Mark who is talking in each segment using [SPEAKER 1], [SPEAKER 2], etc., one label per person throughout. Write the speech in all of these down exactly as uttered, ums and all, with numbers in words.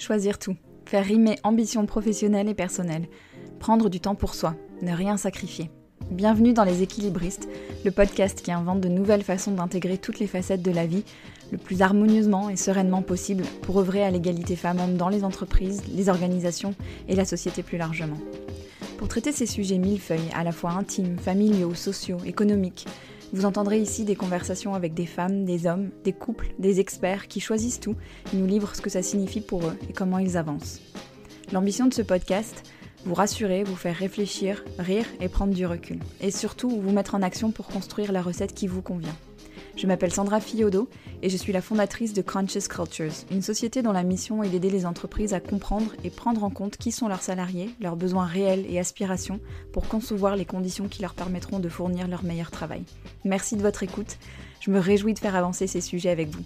[SPEAKER 1] Choisir tout, faire rimer ambition professionnelle et personnelle, prendre du temps pour soi, ne rien sacrifier. Bienvenue dans Les Équilibristes, le podcast qui invente de nouvelles façons d'intégrer toutes les facettes de la vie le plus harmonieusement et sereinement possible pour œuvrer à l'égalité femmes-hommes dans les entreprises, les organisations et la société plus largement. Pour traiter ces sujets millefeuilles, à la fois intimes, familiaux, sociaux, économiques, vous entendrez ici des conversations avec des femmes, des hommes, des couples, des experts qui choisissent tout et nous livrent ce que ça signifie pour eux et comment ils avancent. L'ambition de ce podcast, vous rassurer, vous faire réfléchir, rire et prendre du recul. Et surtout, vous mettre en action pour construire la recette qui vous convient. Je m'appelle Sandra Fiodo et je suis la fondatrice de Conscious Cultures, une société dont la mission est d'aider les entreprises à comprendre et prendre en compte qui sont leurs salariés, leurs besoins réels et aspirations pour concevoir les conditions qui leur permettront de fournir leur meilleur travail. Merci de votre écoute, je me réjouis de faire avancer ces sujets avec vous.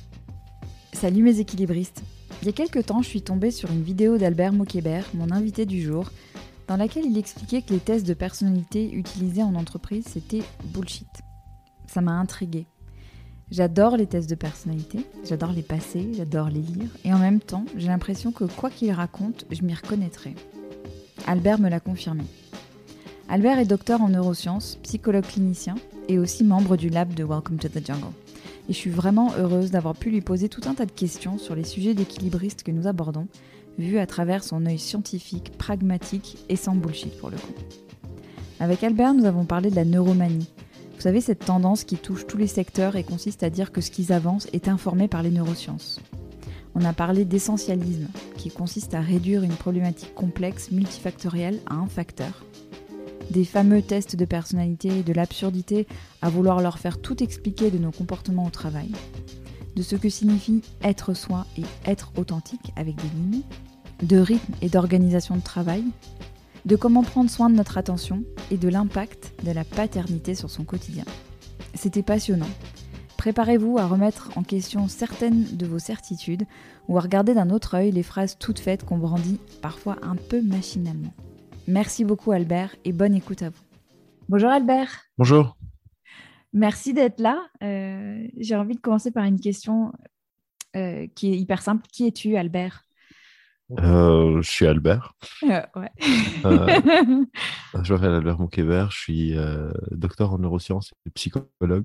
[SPEAKER 1] Salut mes équilibristes. Il y a quelques temps, je suis tombée sur une vidéo d'Albert Moquébert, mon invité du jour, dans laquelle il expliquait que les tests de personnalité utilisés en entreprise, c'était bullshit. Ça m'a intriguée. J'adore les tests de personnalité, j'adore les passer, j'adore les lire, et en même temps, j'ai l'impression que quoi qu'il raconte, je m'y reconnaîtrai. Albert me l'a confirmé. Albert est docteur en neurosciences, psychologue clinicien, et aussi membre du lab de Welcome to the Jungle. Et je suis vraiment heureuse d'avoir pu lui poser tout un tas de questions sur les sujets d'équilibristes que nous abordons, vus à travers son œil scientifique, pragmatique et sans bullshit pour le coup. Avec Albert, nous avons parlé de la neuromanie. Vous savez, cette tendance qui touche tous les secteurs et consiste à dire que ce qu'ils avancent est informé par les neurosciences. On a parlé d'essentialisme, qui consiste à réduire une problématique complexe multifactorielle à un facteur. Des fameux tests de personnalité et de l'absurdité à vouloir leur faire tout expliquer de nos comportements au travail. De ce que signifie être soi et être authentique avec des guillemets. De rythme et d'organisation de travail. De comment prendre soin de notre attention et de l'impact de la paternité sur son quotidien. C'était passionnant. Préparez-vous à remettre en question certaines de vos certitudes ou à regarder d'un autre œil les phrases toutes faites qu'on brandit parfois un peu machinalement. Merci beaucoup Albert et bonne écoute à vous. Bonjour Albert.
[SPEAKER 2] Bonjour.
[SPEAKER 1] Merci d'être là. Euh, j'ai envie de commencer par une question euh, qui est hyper simple. Qui es-tu Albert ?
[SPEAKER 2] Euh, je suis Albert.
[SPEAKER 1] Euh, ouais.
[SPEAKER 2] euh, je m'appelle Albert Moquébert, je suis euh, docteur en neurosciences et psychologue.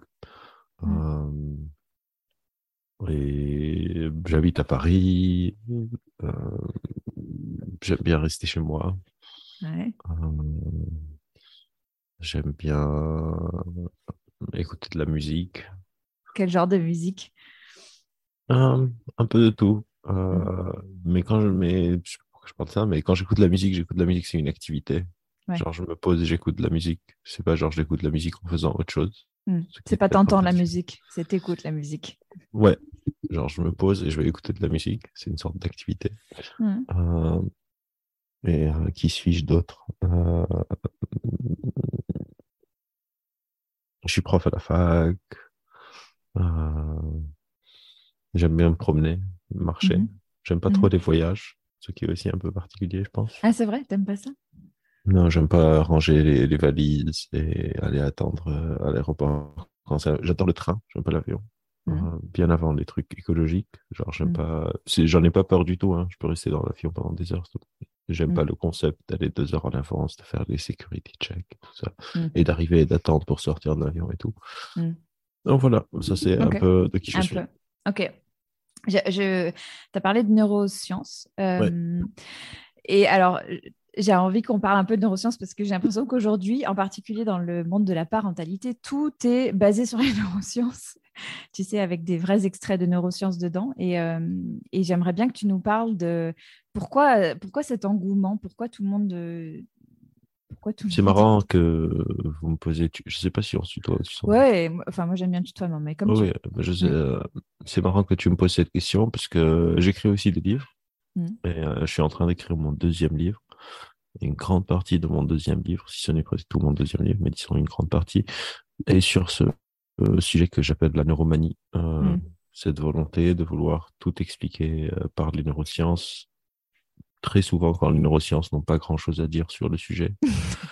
[SPEAKER 2] Mm. Euh, et j'habite à Paris. Euh, j'aime bien rester chez moi.
[SPEAKER 1] Ouais.
[SPEAKER 2] Euh, j'aime bien écouter de la musique.
[SPEAKER 1] Quel genre de musique ?
[SPEAKER 2] Un, un peu de tout. Euh,
[SPEAKER 1] Mm.
[SPEAKER 2] mais quand je, mais, je sais pas pourquoi je parle de ça, mais quand j'écoute de la musique, j'écoute de la musique, c'est une activité.
[SPEAKER 1] Ouais.
[SPEAKER 2] Genre, je me pose et j'écoute de la musique. C'est pas genre, j'écoute de la musique en faisant autre chose.
[SPEAKER 1] Mm. C'est pas t'entends la musique, c'est t'écoutes la musique.
[SPEAKER 2] Ouais. Genre, je me pose et je vais écouter de la musique. C'est une sorte d'activité.
[SPEAKER 1] Mm.
[SPEAKER 2] Euh, et euh, qui suis-je d'autre euh, Je suis prof à la fac. Euh, j'aime bien me promener, marcher.
[SPEAKER 1] Mm-hmm.
[SPEAKER 2] J'aime pas
[SPEAKER 1] Mm-hmm.
[SPEAKER 2] trop les voyages, ce qui est aussi un peu particulier, je pense.
[SPEAKER 1] Ah, c'est vrai, t'aimes pas ça ?
[SPEAKER 2] Non, j'aime pas ranger les, les valises et aller attendre euh, à l'aéroport. Quand ça... J'adore le train, j'aime pas l'avion.
[SPEAKER 1] Mmh.
[SPEAKER 2] Euh, bien avant les trucs écologiques, genre j'aime
[SPEAKER 1] mmh.
[SPEAKER 2] pas. C'est... J'en ai pas peur du tout. Hein. Je peux rester dans l'avion pendant des heures. J'aime
[SPEAKER 1] mmh.
[SPEAKER 2] pas le concept d'aller deux heures en avance, de faire les security checks, tout ça,
[SPEAKER 1] mmh.
[SPEAKER 2] et d'arriver et d'attendre pour sortir de l'avion et tout.
[SPEAKER 1] mmh.
[SPEAKER 2] Donc voilà, ça c'est
[SPEAKER 1] okay.
[SPEAKER 2] un peu de qui je
[SPEAKER 1] un
[SPEAKER 2] suis.
[SPEAKER 1] Peu. Ok. Je, je... Tu as parlé de neurosciences. Euh...
[SPEAKER 2] Ouais.
[SPEAKER 1] Et alors, j'ai envie qu'on parle un peu de neurosciences parce que j'ai l'impression qu'aujourd'hui, en particulier dans le monde de la parentalité, tout est basé sur les neurosciences. Tu sais, avec des vrais extraits de neurosciences dedans. Et, euh, et j'aimerais bien que tu nous parles de pourquoi, pourquoi cet engouement, pourquoi tout le monde... Pourquoi tout le
[SPEAKER 2] C'est
[SPEAKER 1] monde...
[SPEAKER 2] marrant que vous me posez... Tu... Je sais pas si on se tutoie. Tu
[SPEAKER 1] ouais, enfin moi j'aime bien tutoiement, mais comme
[SPEAKER 2] oui,
[SPEAKER 1] tu
[SPEAKER 2] oui, je sais. Mm. C'est marrant que tu me poses cette question parce que j'écris aussi des livres. Mm. Et euh, je suis en train d'écrire mon deuxième livre. Une grande partie de mon deuxième livre, si ce n'est presque tout mon deuxième livre, mais disons une grande partie, est sur ce euh, sujet que j'appelle la neuromanie. Euh, mm. Cette volonté de vouloir tout expliquer euh, par les neurosciences, très souvent quand les neurosciences n'ont pas grand-chose à dire sur le sujet.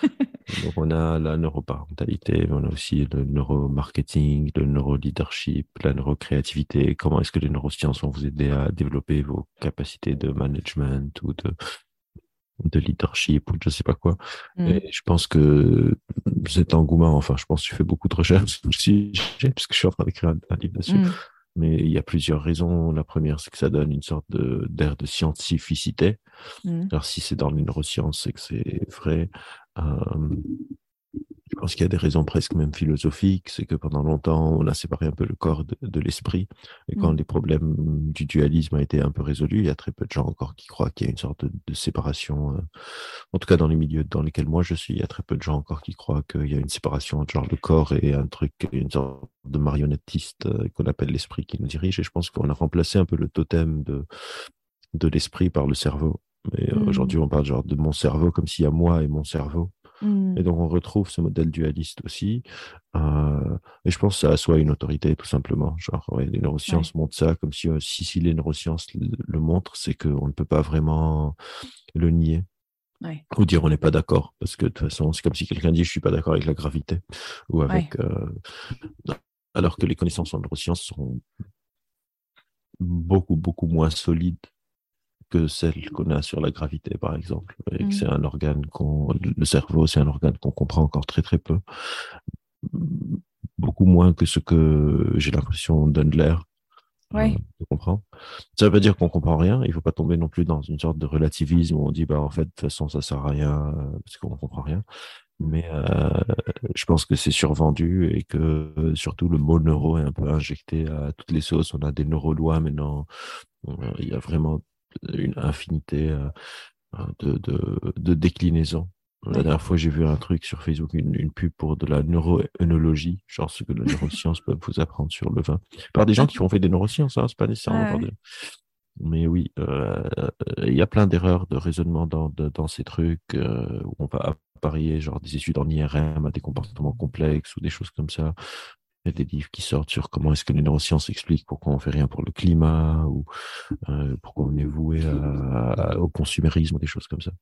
[SPEAKER 2] Donc, on a la neuroparentalité, mais on a aussi le neuromarketing, le neuroleadership, la neurocréativité. Comment est-ce que les neurosciences vont vous aider à développer vos capacités de management ou de, de leadership ou de je sais pas quoi.
[SPEAKER 1] Mm.
[SPEAKER 2] Et je pense que cet engouement, enfin, je pense que tu fais beaucoup de recherches sur le sujet, puisque je suis en train d'écrire un, un livre dessus.
[SPEAKER 1] Mm.
[SPEAKER 2] Mais il y a plusieurs raisons. La première, c'est que ça donne une sorte de, d'air de scientificité.
[SPEAKER 1] Mm.
[SPEAKER 2] Alors, si c'est dans les neurosciences, c'est que c'est vrai. Euh, je pense qu'il y a des raisons presque même philosophiques. C'est que pendant longtemps, on a séparé un peu le corps de, de l'esprit. Et quand
[SPEAKER 1] Mm.
[SPEAKER 2] les problèmes du dualisme ont été un peu résolus, il y a très peu de gens encore qui croient qu'il y a une sorte de, de séparation. Euh, en tout cas, dans les milieux dans lesquels moi je suis, il y a très peu de gens encore qui croient qu'il y a une séparation entre genre le corps et un truc, une sorte de marionnettiste euh, qu'on appelle l'esprit qui nous dirige. Et je pense qu'on a remplacé un peu le totem de, de l'esprit par le cerveau. Mais euh,
[SPEAKER 1] Mm.
[SPEAKER 2] aujourd'hui, on parle genre de mon cerveau comme s'il y a moi et mon cerveau.
[SPEAKER 1] Mm.
[SPEAKER 2] Et donc, on retrouve ce modèle dualiste aussi. Euh, et je pense que ça assoit une autorité, tout simplement. Genre, ouais, les
[SPEAKER 1] Ouais.
[SPEAKER 2] neurosciences montrent ça comme si, euh, si, si les neurosciences le, le montrent, c'est qu'on ne peut pas vraiment le nier
[SPEAKER 1] Ouais.
[SPEAKER 2] ou dire on n'est pas d'accord. Parce que de toute façon, c'est comme si quelqu'un dit je suis pas d'accord avec la gravité ou
[SPEAKER 1] Ouais.
[SPEAKER 2] avec. Euh, alors que les connaissances en neurosciences sont beaucoup, beaucoup moins solides que celles qu'on a sur la gravité, par exemple. Et que
[SPEAKER 1] Mm.
[SPEAKER 2] c'est un organe qu'on, le cerveau, c'est un organe qu'on comprend encore très, très peu. Beaucoup moins que ce que j'ai l'impression donne l'air. Euh,
[SPEAKER 1] Ouais.
[SPEAKER 2] tu comprends? Ça veut pas dire qu'on comprend rien. Il faut pas tomber non plus dans une sorte de relativisme où on dit, bah, en fait, de toute façon, ça sert à rien euh, parce qu'on comprend rien. Mais euh, je pense que c'est survendu et que euh, surtout le mot neuro est un peu injecté à toutes les sauces. On a des neurolois maintenant. Euh, Il y a vraiment une infinité euh, de, de, de déclinaisons. La
[SPEAKER 1] Ouais.
[SPEAKER 2] dernière fois, j'ai vu un truc sur Facebook, une, une pub pour de la neuroœnologie, genre ce que les neurosciences peuvent vous apprendre sur le vin, par des gens qui ont fait des neurosciences, hein, c'est pas
[SPEAKER 1] Ouais.
[SPEAKER 2] nécessairement par des...
[SPEAKER 1] Ouais.
[SPEAKER 2] Mais oui, euh, il y a plein d'erreurs de raisonnement dans, de- dans ces trucs euh, où on va apparier genre des études en I R M à des comportements complexes ou des choses comme ça. Il y a des livres qui sortent sur comment est-ce que les neurosciences expliquent pourquoi on fait rien pour le climat ou euh, pourquoi on est voué à- à- au consumérisme ou des choses comme ça.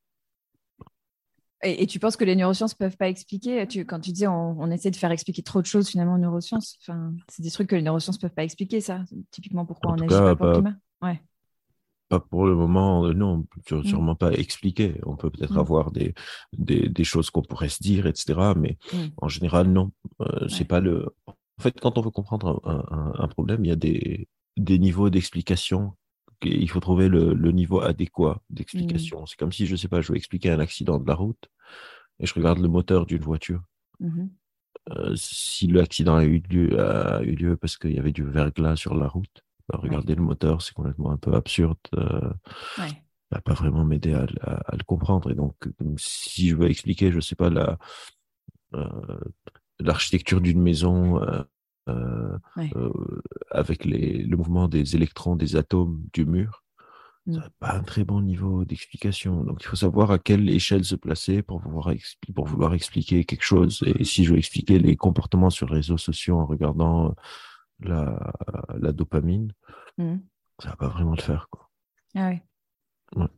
[SPEAKER 1] Et, et tu penses que les neurosciences peuvent pas expliquer tu, quand tu disais on, on essaie de faire expliquer trop de choses finalement aux neurosciences, enfin, c'est des trucs que les neurosciences peuvent pas expliquer, ça. Typiquement, pourquoi
[SPEAKER 2] En
[SPEAKER 1] on
[SPEAKER 2] tout
[SPEAKER 1] n'agit pas
[SPEAKER 2] cas,
[SPEAKER 1] pour le
[SPEAKER 2] pas,
[SPEAKER 1] climat. Ouais.
[SPEAKER 2] pas pour le moment, euh, non, sû-
[SPEAKER 1] Mm.
[SPEAKER 2] sûrement pas expliquer. On peut peut-être
[SPEAKER 1] Mm.
[SPEAKER 2] avoir des, des, des choses qu'on pourrait se dire, et cetera. Mais
[SPEAKER 1] Mm.
[SPEAKER 2] en général, non. Euh, c'est
[SPEAKER 1] Ouais.
[SPEAKER 2] pas le. En fait, quand on veut comprendre un, un, un problème, il y a des, des niveaux d'explication. Et il faut trouver le, le niveau adéquat
[SPEAKER 1] Mm.
[SPEAKER 2] d'explication. C'est comme si, je sais pas, je veux expliquer un accident de la route et je regarde le moteur d'une voiture.
[SPEAKER 1] Mhm.
[SPEAKER 2] Euh, si l'accident a eu lieu, a eu lieu parce qu'il y avait du verglas sur la route, bah,
[SPEAKER 1] Ouais.
[SPEAKER 2] regarder le moteur, c'est complètement un peu absurde. Euh,
[SPEAKER 1] Ouais.
[SPEAKER 2] ça va pas vraiment m'aider à, à, à le comprendre. Et donc, si je veux expliquer, je sais pas, la, euh, l'architecture d'une maison euh, euh,
[SPEAKER 1] Ouais.
[SPEAKER 2] euh, avec les, le mouvement des électrons, des atomes du mur, ça
[SPEAKER 1] Mm.
[SPEAKER 2] n'a pas un très bon niveau d'explication. Donc, il faut savoir à quelle échelle se placer pour pouvoir, expli- pour vouloir expliquer quelque chose. Et si je veux expliquer les comportements sur les réseaux sociaux en regardant la, la dopamine,
[SPEAKER 1] Mm.
[SPEAKER 2] ça va pas vraiment le faire, quoi.
[SPEAKER 1] Ah ouais.
[SPEAKER 2] Ouais.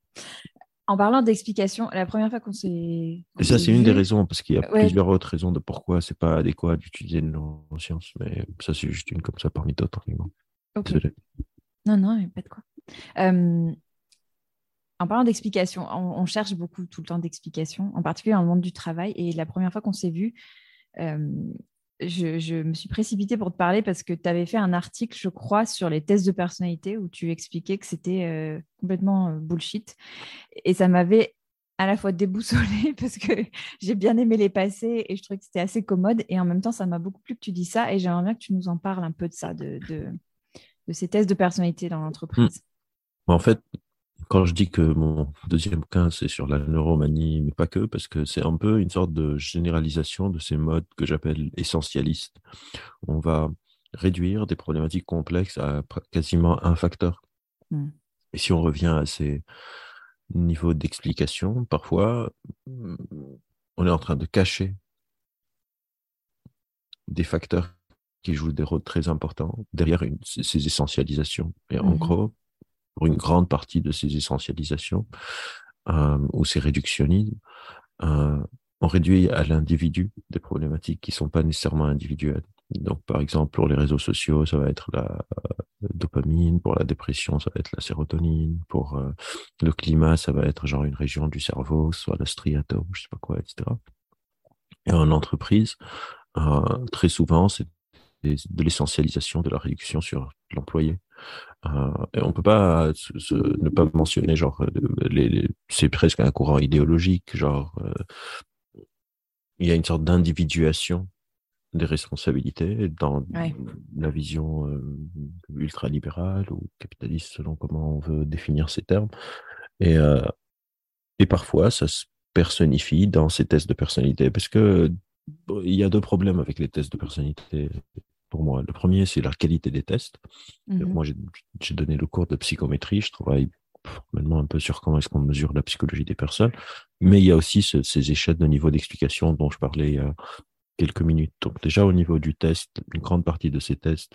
[SPEAKER 1] En parlant d'explication, la première fois qu'on s'est
[SPEAKER 2] Et
[SPEAKER 1] qu'on
[SPEAKER 2] ça,
[SPEAKER 1] s'est
[SPEAKER 2] c'est une des
[SPEAKER 1] vu,
[SPEAKER 2] raisons, parce qu'il y a
[SPEAKER 1] ouais,
[SPEAKER 2] plusieurs autres raisons de pourquoi c'est pas adéquat d'utiliser une neuroscience, mais ça, c'est juste une comme ça parmi d'autres.
[SPEAKER 1] ok.
[SPEAKER 2] Désolé.
[SPEAKER 1] Non, non, mais pas de quoi. Euh, En parlant d'explication, on, on cherche beaucoup tout le temps d'explications, en particulier dans le monde du travail. Et la première fois qu'on s'est vu, euh, je, je me suis précipitée pour te parler parce que tu avais fait un article, je crois, sur les tests de personnalité où tu expliquais que c'était euh, complètement euh, bullshit. Et ça m'avait à la fois déboussolée parce que j'ai bien aimé les passer et je trouvais que c'était assez commode. Et en même temps, ça m'a beaucoup plu que tu dis ça. Et j'aimerais bien que tu nous en parles un peu de ça, de, de, de ces tests de personnalité dans
[SPEAKER 2] Hmm.
[SPEAKER 1] l'entreprise.
[SPEAKER 2] En fait, quand je dis que mon deuxième bouquin, c'est sur la neuromanie, mais pas que, parce que c'est un peu une sorte de généralisation de ces modes que j'appelle essentialistes. On va réduire des problématiques complexes à pr- quasiment un facteur.
[SPEAKER 1] Mm.
[SPEAKER 2] Et si on revient à ces niveaux d'explication, parfois, mm, on est en train de cacher des facteurs qui jouent des rôles très importants derrière une- ces ces essentialisations. Et en
[SPEAKER 1] Mhm.
[SPEAKER 2] gros, pour une grande partie de ces essentialisations euh, ou ces réductionnismes, euh, on réduit à l'individu des problématiques qui ne sont pas nécessairement individuelles. Donc, par exemple, pour les réseaux sociaux, ça va être la dopamine, pour la dépression, ça va être la sérotonine, pour euh, le climat, ça va être genre une région du cerveau, soit le striatum, je sais pas quoi, et cetera. Et en entreprise, euh, très souvent, c'est de l'essentialisation de la réduction sur l'employé. Euh, et on peut pas se, se, ne pas mentionner, genre, les, les, c'est presque un courant idéologique, genre, euh, il y a une sorte d'individuation des responsabilités dans
[SPEAKER 1] Ouais.
[SPEAKER 2] la vision euh, ultralibérale ou capitaliste, selon comment on veut définir ces termes. Et, euh, et parfois, ça se personnifie dans ces tests de personnalité, parce que bon, il y a deux problèmes avec les tests de personnalité pour moi. Le premier, c'est la qualité des tests. Donc,
[SPEAKER 1] Mhm.
[SPEAKER 2] moi, j'ai j'ai donné le cours de psychométrie, je travaille maintenant un peu sur comment est-ce qu'on mesure la psychologie des personnes, mais il y a aussi ce, ces échelles de niveau d'explication dont je parlais euh, quelques minutes. Donc déjà au niveau du test, une grande partie de ces tests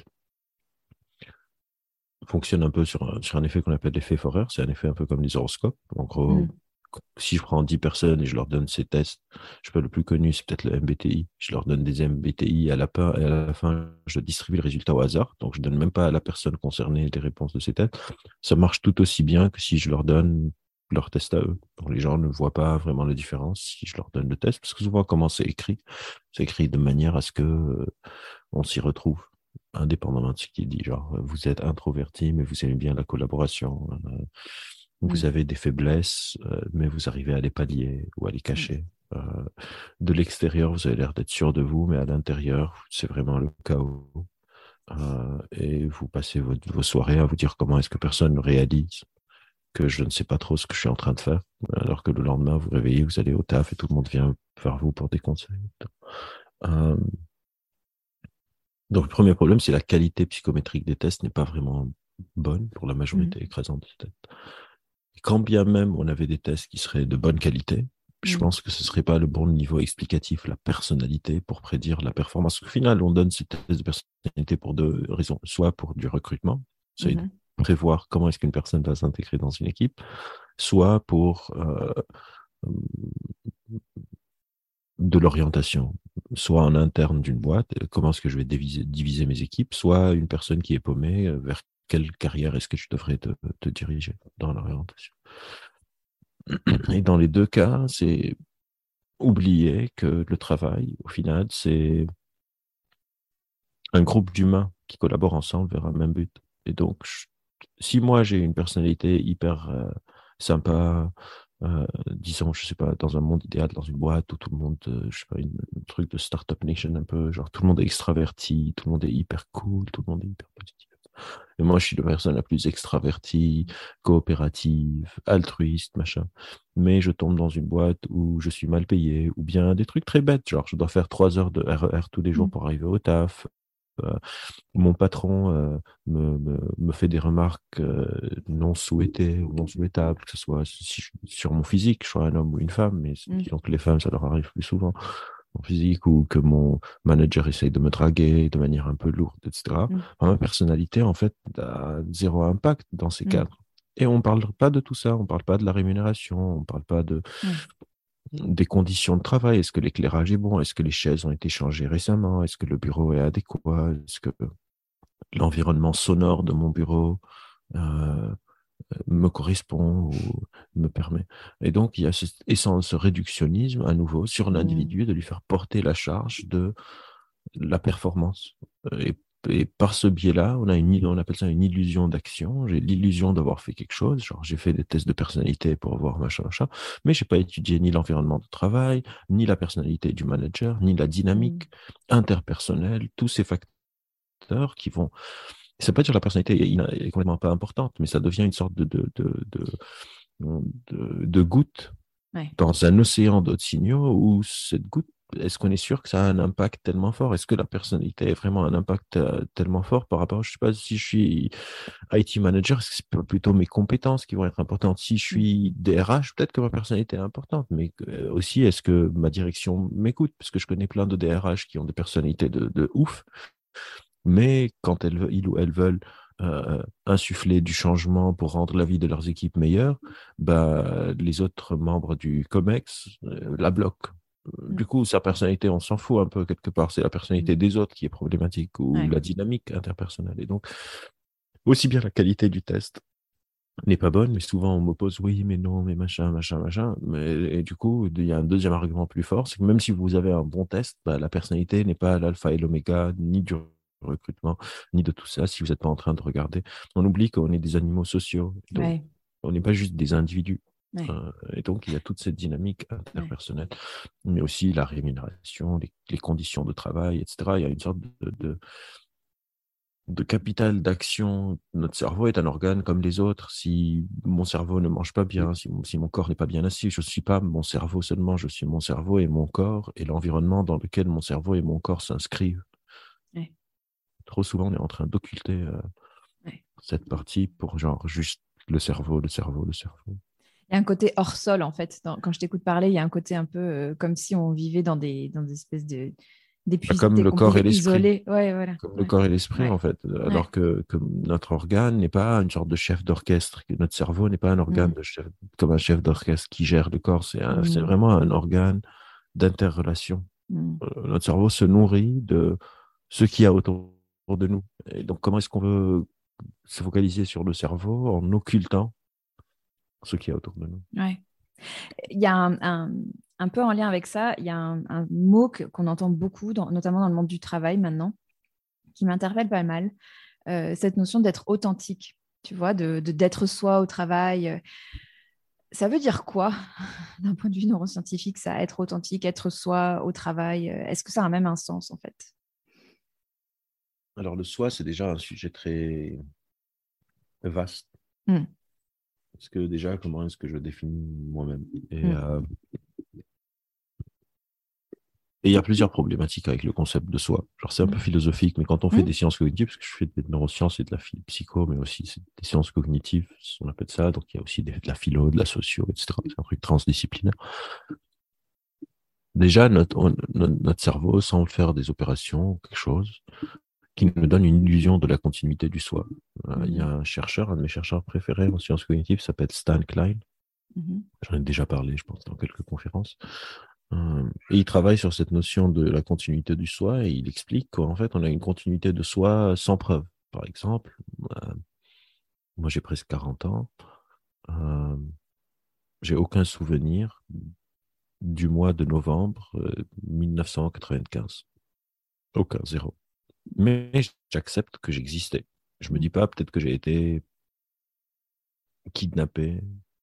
[SPEAKER 2] fonctionnent un peu sur, sur un effet qu'on appelle l'effet Forer. C'est un effet un peu comme les horoscopes. En gros,
[SPEAKER 1] Mhm.
[SPEAKER 2] si je prends dix personnes et je leur donne ces tests, je sais pas, le plus connu, c'est peut-être le M B T I. Je leur donne des M B T I à la, fin, et à la fin, je distribue le résultat au hasard. Donc, je donne même pas à la personne concernée les réponses de ces tests. Ça marche tout aussi bien que si je leur donne leur test à eux. Donc, les gens ne voient pas vraiment la différence si je leur donne le test, parce que souvent, comment c'est écrit, c'est écrit de manière à ce que euh, on s'y retrouve, indépendamment de ce qu'il dit. Genre, vous êtes introverti, mais vous aimez bien la collaboration. Euh, vous
[SPEAKER 1] Mhm.
[SPEAKER 2] avez des faiblesses, euh, mais vous arrivez à les pallier ou à les
[SPEAKER 1] Mhm.
[SPEAKER 2] cacher. Euh, de l'extérieur, vous avez l'air d'être sûr de vous, mais à l'intérieur, c'est vraiment le chaos. Euh, et vous passez votre, vos soirées à vous dire comment est-ce que personne ne réalise que je ne sais pas trop ce que je suis en train de faire, alors que le lendemain, vous vous réveillez, vous allez au taf et tout le monde vient vers vous pour des conseils. Euh, donc, le premier problème, c'est la qualité psychométrique des tests n'est pas vraiment bonne pour la
[SPEAKER 1] Mhm.
[SPEAKER 2] majorité écrasante des tests. Et quand bien même on avait des tests qui seraient de bonne qualité, je
[SPEAKER 1] Mhm.
[SPEAKER 2] pense que ce ne serait pas le bon niveau explicatif, la personnalité pour prédire la performance. Au final, on donne ces tests de personnalité pour deux raisons. Soit pour du recrutement, c'est de
[SPEAKER 1] Mhm.
[SPEAKER 2] prévoir comment est-ce qu'une personne va s'intégrer dans une équipe, soit pour euh, de l'orientation, soit en interne d'une boîte, euh, comment est-ce que je vais diviser, diviser mes équipes, soit une personne qui est paumée, euh, vers quelle carrière est-ce que tu devrais te, te diriger dans l'orientation. Et dans les deux cas, c'est oublier que le travail, au final, c'est un groupe d'humains qui collaborent ensemble vers un même but. Et donc, je- si moi j'ai une personnalité hyper euh, sympa, euh, disons, je sais pas, dans un monde idéal, dans une boîte où tout le monde, euh, je sais pas, une- un truc de Startup Nation un peu, genre tout le monde est extraverti, tout le monde est hyper cool, tout le monde est hyper positif. Et moi, je suis la personne la plus extravertie, coopérative, altruiste, machin. Mais je tombe dans une boîte où je suis mal payé, ou bien des trucs très bêtes, genre je dois faire trois heures de R E R tous les jours
[SPEAKER 1] Mhm.
[SPEAKER 2] pour arriver au taf. Euh, mon patron euh, me, me, me fait des remarques euh, non souhaitées ou non souhaitables, que ce soit si je- sur mon physique, je sois un homme ou une femme, mais
[SPEAKER 1] Mhm.
[SPEAKER 2] disons que les femmes, ça leur arrive plus souvent, mon physique, ou que mon manager essaye de me draguer de manière un peu lourde, et cetera.
[SPEAKER 1] Mhm.
[SPEAKER 2] Enfin, ma personnalité, en fait, a zéro impact dans ces
[SPEAKER 1] Mhm.
[SPEAKER 2] cadres. Et on ne parle pas de tout ça, on ne parle pas de la rémunération, on ne parle pas de,
[SPEAKER 1] Ouais.
[SPEAKER 2] des conditions de travail. Est-ce que l'éclairage est bon? Est-ce que les chaises ont été changées récemment? Est-ce que le bureau est adéquat? Est-ce que l'environnement sonore de mon bureau euh, me correspond ou me permet. Et donc, il y a ce, ce réductionnisme à nouveau sur
[SPEAKER 1] Mhm.
[SPEAKER 2] l'individu, de lui faire porter la charge de la performance. Et, et par ce biais-là, on a une, on appelle ça une illusion d'action. J'ai l'illusion d'avoir fait quelque chose. Genre, j'ai fait des tests de personnalité pour voir machin, machin, mais j'ai pas étudié ni l'environnement de travail, ni la personnalité du manager, ni la
[SPEAKER 1] Mhm.
[SPEAKER 2] dynamique interpersonnelle, tous ces facteurs qui vont. Ça peut pas dire que la personnalité est, ina- est complètement pas importante, mais ça devient une sorte de, de, de, de, de, de goutte
[SPEAKER 1] Ouais.
[SPEAKER 2] dans un océan d'autres signaux où cette goutte, est-ce qu'on est sûr que ça a un impact tellement fort? Est-ce que la personnalité a vraiment un impact euh, tellement fort par rapport, je sais pas, si je suis I T manager, est-ce que c'est plutôt mes compétences qui vont être importantes? Si je
[SPEAKER 1] Mhm.
[SPEAKER 2] suis D R H, peut-être que ma personnalité est importante, mais euh, aussi, est-ce que ma direction m'écoute? Parce que je connais plein de D R H qui ont des personnalités de, de ouf, mais quand elles, ve- ils ou elles veulent euh, insuffler du changement pour rendre la vie de leurs équipes meilleure, bah, les autres membres du COMEX euh, la bloquent. Du coup, sa personnalité, on s'en fout un peu quelque part. C'est la personnalité
[SPEAKER 1] Mm.
[SPEAKER 2] des autres qui est problématique ou
[SPEAKER 1] Ouais.
[SPEAKER 2] la dynamique interpersonnelle. Et donc, aussi bien la qualité du test n'est pas bonne, mais souvent on m'oppose, oui, mais non, mais machin, machin, machin. Mais, et du coup, il y a un deuxième argument plus fort, c'est que même si vous avez un bon test, bah, la personnalité n'est pas l'alpha et l'oméga, ni du recrutement, ni de tout ça, si vous n'êtes pas en train de regarder. On oublie qu'on est des animaux sociaux, donc
[SPEAKER 1] Ouais.
[SPEAKER 2] on n'est pas juste des individus.
[SPEAKER 1] Ouais.
[SPEAKER 2] Euh, et donc, il y a toute cette dynamique
[SPEAKER 1] Ouais.
[SPEAKER 2] interpersonnelle, mais aussi la rémunération, les, les conditions de travail, et cetera. Il y a une sorte de, de, de capital d'action. Notre cerveau est un organe comme les autres. Si mon cerveau ne mange pas bien, si, mon- si mon corps n'est pas bien assis, je ne suis pas mon cerveau seulement, je suis mon cerveau et mon corps et l'environnement dans lequel mon cerveau et mon corps s'inscrivent.
[SPEAKER 1] Ouais.
[SPEAKER 2] Trop souvent, on est en train d'occulter euh,
[SPEAKER 1] Ouais.
[SPEAKER 2] cette partie pour genre juste le cerveau, le cerveau, le cerveau.
[SPEAKER 1] Il y a un côté hors sol, en fait. Dans- quand je t'écoute parler, il y a un côté un peu euh, comme si on vivait dans des, dans des espèces de,
[SPEAKER 2] Bah,
[SPEAKER 1] d'épuisette
[SPEAKER 2] comme
[SPEAKER 1] et
[SPEAKER 2] le
[SPEAKER 1] qu'on
[SPEAKER 2] corps et
[SPEAKER 1] pouvait
[SPEAKER 2] l'esprit.
[SPEAKER 1] isoler. Ouais, voilà.
[SPEAKER 2] Comme le
[SPEAKER 1] Ouais.
[SPEAKER 2] corps et l'esprit, en
[SPEAKER 1] Ouais.
[SPEAKER 2] fait.
[SPEAKER 1] Ouais.
[SPEAKER 2] Alors que, que notre organe n'est pas une sorte de chef d'orchestre. Que Notre cerveau n'est pas un organe
[SPEAKER 1] Mm.
[SPEAKER 2] de chef, comme un chef d'orchestre qui gère le corps. C'est un- c'est
[SPEAKER 1] Mm.
[SPEAKER 2] vraiment un organe d'interrelation.
[SPEAKER 1] Mm.
[SPEAKER 2] Euh, notre cerveau se nourrit de ce qu'il y a autour de nous. Et donc, comment est-ce qu'on veut se focaliser sur le cerveau en occultant ce qu'il y a autour de nous?
[SPEAKER 1] Ouais. Il y a un, un- un peu en lien avec ça, il y a un, un mot que- qu'on entend beaucoup, dans- notamment dans le monde du travail maintenant, qui m'interpelle pas mal, euh, cette notion d'être authentique, tu vois, de, de- d'être soi au travail. euh. Ça veut dire quoi, d'un point de vue neuroscientifique, ça, être authentique, être soi au travail? euh, Est-ce que ça a même un sens, en fait?
[SPEAKER 2] Alors, le soi, c'est déjà un sujet très vaste.
[SPEAKER 1] Mm.
[SPEAKER 2] Parce que déjà, comment est-ce que je définis moi-même? Et
[SPEAKER 1] Mm.
[SPEAKER 2] euh, Et il y a plusieurs problématiques avec le concept de soi. Genre, c'est un peu
[SPEAKER 1] Mm.
[SPEAKER 2] philosophique, mais quand on fait
[SPEAKER 1] Mm.
[SPEAKER 2] des sciences cognitives, parce que je fais des neurosciences et de la psycho, mais aussi des sciences cognitives, on appelle ça, donc il y a aussi des- de la philo, de la socio, et cetera. C'est un truc transdisciplinaire. Déjà, notre, on- notre, notre cerveau semble faire des opérations, quelque chose, qui nous donne une illusion de la continuité du soi. Euh, Il y a
[SPEAKER 1] Mm.
[SPEAKER 2] un chercheur, un de mes chercheurs préférés en sciences cognitives, s'appelle Stan Klein.
[SPEAKER 1] Mhm.
[SPEAKER 2] J'en ai déjà parlé, je pense, dans quelques conférences. Euh, et il travaille sur cette notion de la continuité du soi et il explique qu'en fait, on a une continuité de soi sans preuve. Par exemple, euh, moi j'ai presque quarante ans, euh, j'ai aucun souvenir du mois de novembre euh, mille neuf cent quatre-vingt-quinze. Aucun, zéro. Mais j'accepte que j'existais. Je me
[SPEAKER 1] Mm.
[SPEAKER 2] dis pas peut-être que j'ai été kidnappé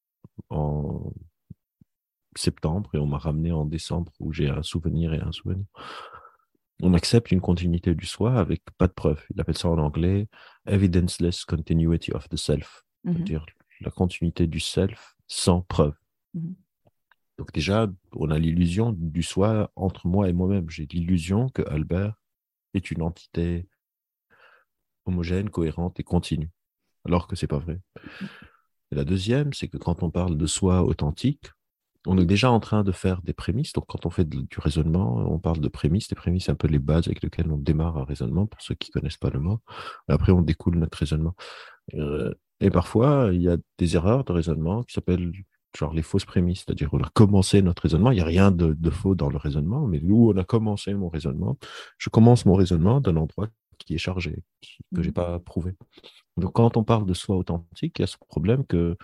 [SPEAKER 2] en septembre et on m'a ramené en décembre où j'ai un souvenir et un souvenir. On accepte une continuité du soi avec pas de preuve. Il appelle ça en anglais evidenceless continuity of the self,
[SPEAKER 1] Mhm.
[SPEAKER 2] c'est-à-dire la continuité du self sans preuve.
[SPEAKER 1] Mhm.
[SPEAKER 2] Donc déjà, on a l'illusion du soi entre moi et moi-même. J'ai l'illusion que Albert est une entité homogène, cohérente et continue, alors que c'est pas vrai. Et la deuxième, c'est que quand on parle de soi authentique, on est déjà en train de faire des prémices. Donc, quand on fait de- du raisonnement, on parle de prémices. Les prémices, c'est un peu les bases avec lesquelles on démarre un raisonnement, pour ceux qui ne connaissent pas le mot. Après, on découle notre raisonnement. Euh, et parfois, il y a des erreurs de raisonnement qui s'appellent genre les fausses prémices. C'est-à-dire, on a commencé notre raisonnement. Il n'y a rien de, de faux dans le raisonnement, mais où on a commencé mon raisonnement, je commence mon raisonnement d'un endroit qui est chargé, qui- que je n'ai
[SPEAKER 1] Mhm.
[SPEAKER 2] pas prouvé. Donc, quand on parle de soi authentique, il y a ce problème que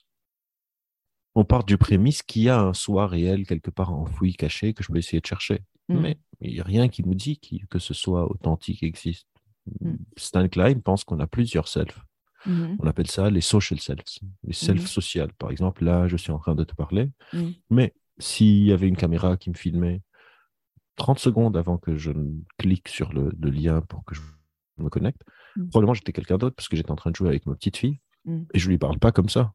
[SPEAKER 2] on part du prémisse qu'il y a un soi réel quelque part enfoui, caché, que je vais essayer de chercher.
[SPEAKER 1] Mm.
[SPEAKER 2] Mais il n'y a rien qui nous dit qui- que ce soit authentique existe.
[SPEAKER 1] Mm.
[SPEAKER 2] Stan Klein pense qu'on a plusieurs selfs.
[SPEAKER 1] Mhm.
[SPEAKER 2] On appelle ça les social selves, les selfs
[SPEAKER 1] Mhm.
[SPEAKER 2] sociales. Par exemple, là, je suis en train de te parler,
[SPEAKER 1] Mm.
[SPEAKER 2] mais s'il y avait une caméra qui me filmait trente secondes avant que je ne clique sur le, le lien pour que je me connecte,
[SPEAKER 1] Mm.
[SPEAKER 2] probablement j'étais quelqu'un d'autre parce que j'étais en train de jouer avec ma petite fille
[SPEAKER 1] Mm.
[SPEAKER 2] et je lui parle pas comme ça.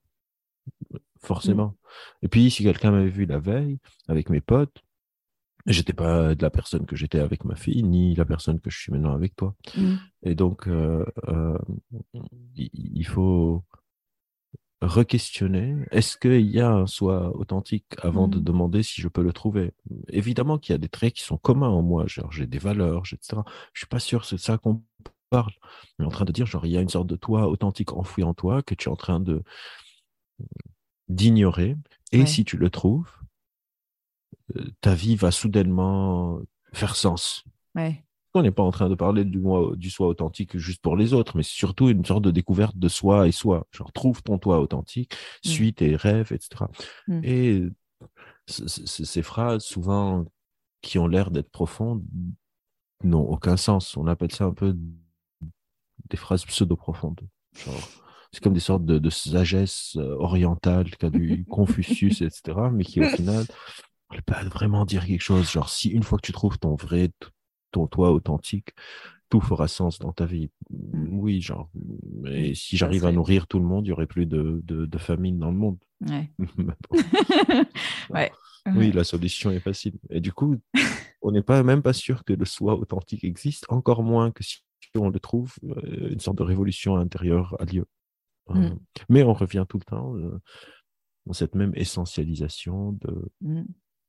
[SPEAKER 1] Mm.
[SPEAKER 2] Forcément. Et puis, si quelqu'un m'avait vu la veille avec mes potes, j'étais pas de la personne que j'étais avec ma fille, ni la personne que je suis maintenant avec toi.
[SPEAKER 1] Mm.
[SPEAKER 2] Et donc, euh, euh, il il faut re-questionner, est-ce qu'il y a un soi authentique avant de
[SPEAKER 1] Mm.
[SPEAKER 2] demander si je peux le trouver? Évidemment qu'il y a des traits qui sont communs en moi, genre j'ai des valeurs, et cetera. Je suis pas sûr que c'est de ça qu'on parle. On est en train de dire, genre, il y a une sorte de toi authentique enfoui en toi que tu es en train de d'ignorer. Et
[SPEAKER 1] Ouais.
[SPEAKER 2] si tu le trouves, ta vie va soudainement faire sens.
[SPEAKER 1] Ouais.
[SPEAKER 2] On n'est pas en train de parler du, moi, du soi authentique juste pour les autres, mais c'est surtout une sorte de découverte de soi et soi. Genre, trouve ton toi authentique,
[SPEAKER 1] Mm.
[SPEAKER 2] suis tes rêves, et cetera.
[SPEAKER 1] Mm.
[SPEAKER 2] Et c- c- ces phrases, souvent, qui ont l'air d'être profondes, n'ont aucun sens. On appelle ça un peu des phrases pseudo-profondes. Genre, c'est comme des sortes de, de sagesse euh, orientale qu'a du Confucius, et cetera, mais qui, au final, ne veut pas vraiment dire quelque chose. Genre, si une fois que tu trouves ton vrai, ton toi authentique, tout fera sens dans ta vie.
[SPEAKER 1] Mm.
[SPEAKER 2] Oui, genre, mais si
[SPEAKER 1] Ça
[SPEAKER 2] j'arrive à
[SPEAKER 1] serait...
[SPEAKER 2] nourrir tout le monde, il n'y aurait plus de, de, de famine dans le monde.
[SPEAKER 1] Ouais.
[SPEAKER 2] Mais bon,
[SPEAKER 1] Ouais.
[SPEAKER 2] oui,
[SPEAKER 1] Ouais.
[SPEAKER 2] la solution est facile. Et du coup, on n'est pas même pas sûr que le soi authentique existe, encore moins que si on le trouve, euh, une sorte de révolution intérieure a lieu. Euh,
[SPEAKER 1] Mm.
[SPEAKER 2] mais on revient tout le temps euh, dans cette même essentialisation de,
[SPEAKER 1] Mm.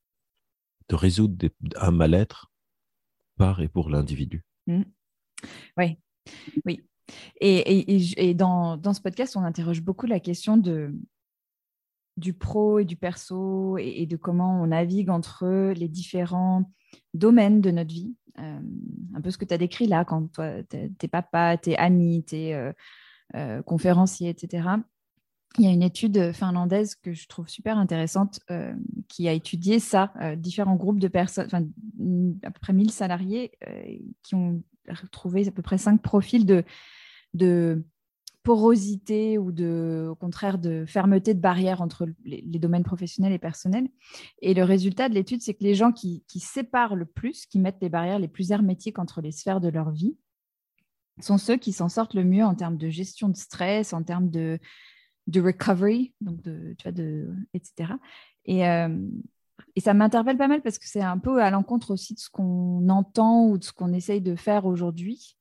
[SPEAKER 2] de résoudre des- un mal-être par et pour l'individu.
[SPEAKER 1] Mm. Ouais. Oui. Et, et, et, j- et dans, dans ce podcast, on interroge beaucoup la question de, du pro et du perso et, et de comment on navigue entre les différents domaines de notre vie. Euh, un peu ce que tu as décrit là, quand toi, t'es, t'es papa, t'es ami, t'es euh, euh, conférencier, et cetera. Il y a une étude finlandaise que je trouve super intéressante euh, qui a étudié ça, euh, différents groupes de personnes, enfin, à peu près mille salariés euh, qui ont retrouvé à peu près cinq profils de, de porosité ou de, au contraire de fermeté de barrière entre les, les domaines professionnels et personnels. Et le résultat de l'étude, c'est que les gens qui, qui séparent le plus, qui mettent les barrières les plus hermétiques entre les sphères de leur vie, sont ceux qui s'en sortent le mieux en termes de gestion de stress, en termes de, de recovery, donc de, tu vois, de, et cetera. Et, euh, et ça m'interpelle pas mal parce que c'est un peu à l'encontre aussi de ce qu'on entend ou de ce qu'on essaye de faire aujourd'hui.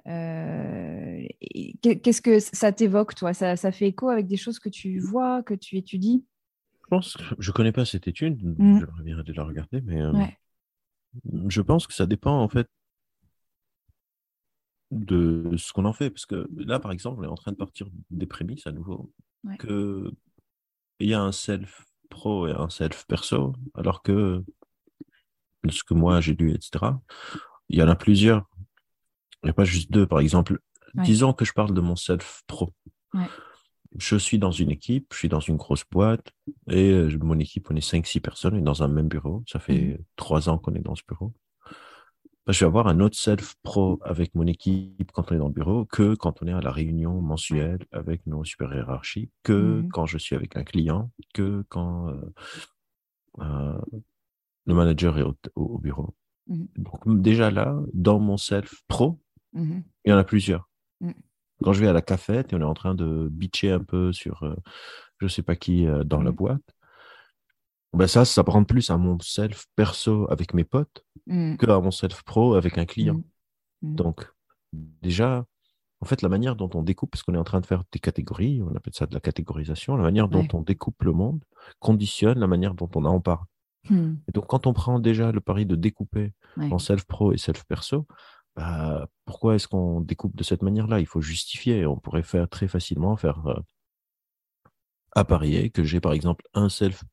[SPEAKER 1] Euh, Qu'est-ce que ça t'évoque, toi? Ça, ça fait écho avec des choses que tu vois, que tu étudies?
[SPEAKER 2] Je pense que je connais pas cette étude,
[SPEAKER 1] Mm.
[SPEAKER 2] j'aimerais bien aller la regarder, mais euh,
[SPEAKER 1] Ouais.
[SPEAKER 2] je pense que ça dépend en fait de ce qu'on en fait. Parce que là, par exemple, on est en train de partir des prémices à nouveau
[SPEAKER 1] Ouais.
[SPEAKER 2] que il y a un self pro et un self perso, alors que ce que moi j'ai lu, et cetera, il y en a plusieurs. Il n'y a pas juste deux. Par exemple,
[SPEAKER 1] Ouais.
[SPEAKER 2] disons que je parle de mon self pro.
[SPEAKER 1] Ouais.
[SPEAKER 2] Je suis dans une équipe, je suis dans une grosse boîte, et euh, mon équipe, on est cinq six personnes, on est dans un même bureau. Ça
[SPEAKER 1] Mhm.
[SPEAKER 2] fait trois ans qu'on est dans ce bureau. Ben, je vais avoir un autre self pro avec mon équipe quand on est dans le bureau que quand on est à la réunion
[SPEAKER 1] Ouais.
[SPEAKER 2] mensuelle avec nos super hiérarchiques, que
[SPEAKER 1] Mhm.
[SPEAKER 2] quand je suis avec un client, que quand euh, euh, le manager est au, au bureau.
[SPEAKER 1] Mhm.
[SPEAKER 2] Donc déjà là, dans mon self pro,
[SPEAKER 1] Mhm.
[SPEAKER 2] il y en a plusieurs.
[SPEAKER 1] Mhm.
[SPEAKER 2] Quand je vais à la cafette et on est en train de bitcher un peu sur euh, je sais pas qui euh, dans la
[SPEAKER 1] Mhm.
[SPEAKER 2] boîte, ben ça, ça prend plus à mon self perso avec mes potes
[SPEAKER 1] Mhm.
[SPEAKER 2] que à mon self pro avec un client.
[SPEAKER 1] Mhm. Mhm.
[SPEAKER 2] Donc déjà, en fait, la manière dont on découpe, parce qu'on est en train de faire des catégories, on appelle ça de la catégorisation, la manière dont
[SPEAKER 1] Ouais.
[SPEAKER 2] on découpe le monde conditionne la manière dont on en parle.
[SPEAKER 1] Mhm.
[SPEAKER 2] Et donc, quand on prend déjà le pari de découper
[SPEAKER 1] Ouais.
[SPEAKER 2] en self-pro et self-perso, bah, pourquoi est-ce qu'on découpe de cette manière-là? Il faut justifier. On pourrait faire très facilement faire euh, apparier que j'ai par exemple un self-pote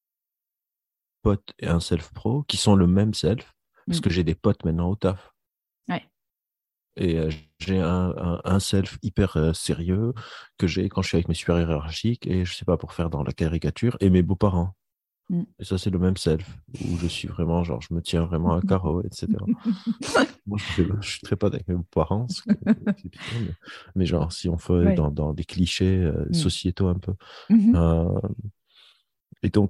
[SPEAKER 2] et un self-pro qui sont le même self, parce
[SPEAKER 1] Mhm.
[SPEAKER 2] que j'ai des potes maintenant au taf.
[SPEAKER 1] Ouais.
[SPEAKER 2] Et euh, j'ai un, un, un self hyper euh, sérieux que j'ai quand je suis avec mes supérieurs hiérarchiques et je sais pas pour faire dans la caricature et mes beaux-parents.
[SPEAKER 1] Mhm.
[SPEAKER 2] Et ça, c'est le même self où je suis vraiment, genre, je me tiens vraiment à carreau, et cetera. Moi, je, fais, je suis très pote avec mes parents, ce que- c'est pire, mais, mais genre, si on fait
[SPEAKER 1] Ouais.
[SPEAKER 2] dans, dans des clichés euh,
[SPEAKER 1] Mhm.
[SPEAKER 2] sociétaux un peu.
[SPEAKER 1] Mhm.
[SPEAKER 2] Euh, et donc,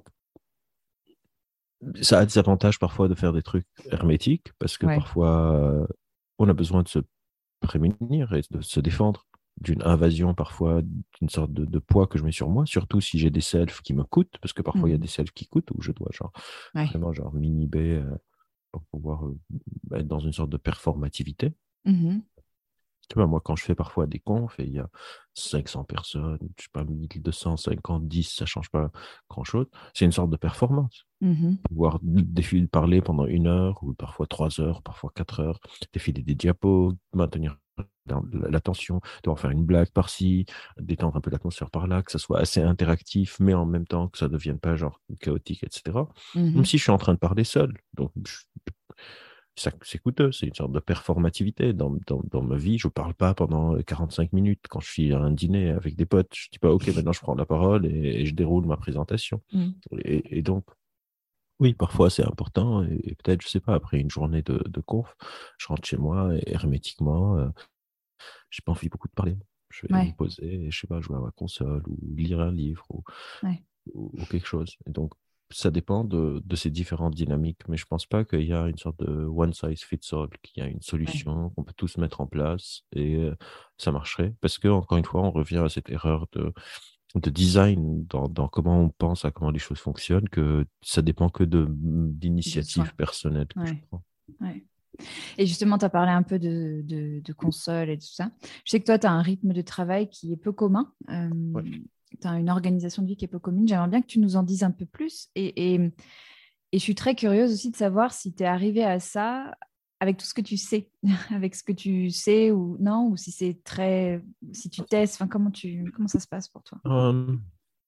[SPEAKER 2] ça a des avantages parfois de faire des trucs hermétiques, parce que
[SPEAKER 1] Ouais.
[SPEAKER 2] parfois, euh, on a besoin de se prémunir et de se défendre d'une invasion, parfois d'une sorte de, de poids que je mets sur moi, surtout si j'ai des selfs qui me coûtent, parce que parfois il y a
[SPEAKER 1] Mhm.
[SPEAKER 2] des selfs qui coûtent, où je dois genre,
[SPEAKER 1] Ouais.
[SPEAKER 2] vraiment genre m'inhiber euh, pour pouvoir euh, être dans une sorte de performativité.
[SPEAKER 1] Mhm.
[SPEAKER 2] Tu vois, moi, quand je fais parfois des confs et il y a cinq cents personnes, je sais pas, mille deux cent cinquante, dix, ça change pas grand-chose, c'est une sorte de performance.
[SPEAKER 1] Mhm.
[SPEAKER 2] Pouvoir défiler, parler pendant une heure ou parfois trois heures, parfois quatre heures, défiler des diapos, maintenir l'attention, devoir faire une blague par-ci, détendre un peu l'atmosphère par-là, que ça soit assez interactif, mais en même temps que ça ne devienne pas genre chaotique, et cetera. Mm-hmm. Même si je suis en train de parler seul. Donc, je, ça, c'est coûteux, c'est une sorte de performativité. Dans, dans, dans ma vie, je ne parle pas pendant quarante-cinq minutes. Quand je suis à un dîner avec des potes, je ne dis pas, OK, maintenant je prends la parole et, et je déroule ma présentation. Mm. Et, et donc, oui, parfois c'est important. Et, et peut-être, je ne sais pas, après une journée de, de conf, je rentre chez moi et hermétiquement, euh, je n'ai pas envie beaucoup de parler. Je vais ouais. me poser et, je ne sais pas, jouer à ma console ou lire un livre ou, ouais. ou, ou quelque chose. Et donc, ça dépend de, de ces différentes dynamiques, mais je ne pense pas qu'il y a une sorte de one size fits all, qu'il y a une solution ouais. qu'on peut tous mettre en place et euh, ça marcherait. Parce que, encore une fois, on revient à cette erreur de, de design dans, dans comment on pense à comment les choses fonctionnent, que ça dépend que de, d'initiatives personnelles que
[SPEAKER 1] ouais.
[SPEAKER 2] je prends.
[SPEAKER 1] Ouais. Et justement, tu as parlé un peu de, de, de console et tout ça. Je sais que toi, tu as un rythme de travail qui est peu commun. Euh, ouais. Tu as une organisation de vie qui est peu commune. J'aimerais bien que tu nous en dises un peu plus. Et, et, et je suis très curieuse aussi de savoir si tu es arrivée à ça avec tout ce que tu sais, avec ce que tu sais ou non, ou si c'est très... Si tu testes, enfin, comment, tu, comment ça se passe pour toi?
[SPEAKER 2] um...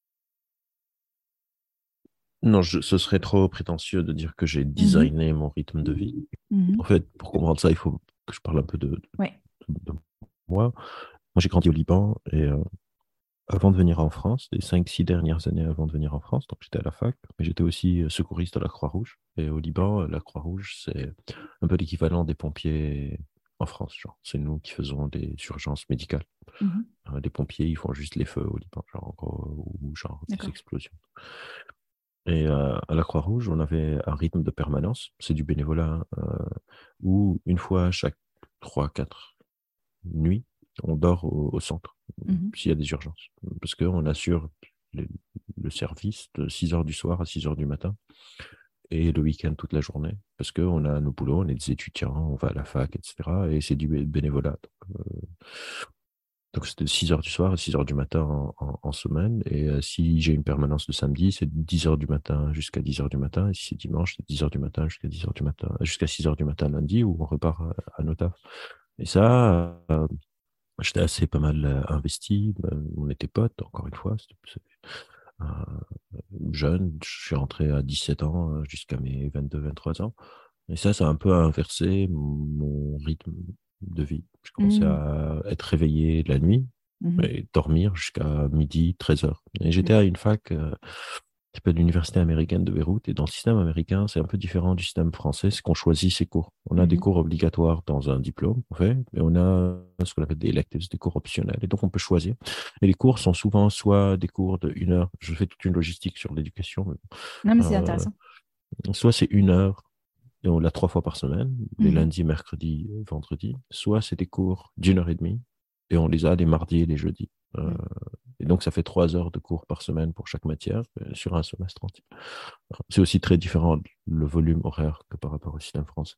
[SPEAKER 2] Non, je, ce serait trop prétentieux de dire que j'ai designé mmh. mon rythme de vie. Mmh. En fait, pour comprendre ça, il faut que je parle un peu de, de, ouais. de, de moi. Moi, j'ai grandi au Liban et euh, avant de venir en France, les cinq six dernières années avant de venir en France, donc j'étais à la fac, mais j'étais aussi secouriste à la Croix-Rouge. Et au Liban, la Croix-Rouge, c'est un peu l'équivalent des pompiers en France. Genre, c'est nous qui faisons des urgences médicales. Mmh. Euh, les pompiers, ils font juste les feux au Liban, genre, en gros, ou genre D'accord. des explosions. Et euh, à la Croix-Rouge, on avait un rythme de permanence, c'est du bénévolat, euh, où une fois chaque trois quatre nuits, on dort au, au centre, mmh. s'il y a des urgences. Parce qu'on assure les, le service de six heures du soir à six heures du matin, et le week-end toute la journée, parce qu'on a nos boulots, on est des étudiants, on va à la fac, et cetera. Et c'est du bénévolat. Donc, euh, Donc, c'était de six heures du soir à six heures du matin en, en, en semaine. Et euh, si j'ai une permanence le samedi, c'est de dix heures du matin jusqu'à dix heures du matin. Et si c'est dimanche, c'est de dix heures du matin jusqu'à dix heures du matin, jusqu'à six heures du matin lundi, où on repart à, à nos tafs. Et ça, euh, j'étais assez pas mal euh, investi. On était potes, encore une fois. C'était, c'était, euh, jeune, je suis rentré à dix-sept ans jusqu'à mes vingt-deux vingt-trois ans. Et ça, ça a un peu inversé mon rythme de vie. J'ai commencé mmh. à être réveillé la nuit mmh. et dormir jusqu'à midi, treize heures. Et j'étais à une fac euh, qui s'appelle l'Université américaine de Beyrouth. Et dans le système américain, c'est un peu différent du système français, c'est qu'on choisit ses cours. On a mmh. des cours obligatoires dans un diplôme, en fait, mais on a ce qu'on appelle des electives, des cours optionnels. Et donc, on peut choisir. Et les cours sont souvent soit des cours de une heure. Je fais toute une logistique sur l'éducation. Mais,
[SPEAKER 1] non, mais c'est euh, intéressant.
[SPEAKER 2] Soit c'est une heure. Et on l'a trois fois par semaine, les mmh. lundis, mercredis, vendredis. Soit c'est des cours d'une heure et demie, et on les a les mardis et les jeudis. Euh, mmh. Et donc, ça fait trois heures de cours par semaine pour chaque matière, euh, sur un semestre entier. C'est aussi très différent, le volume horaire, que par rapport au système français.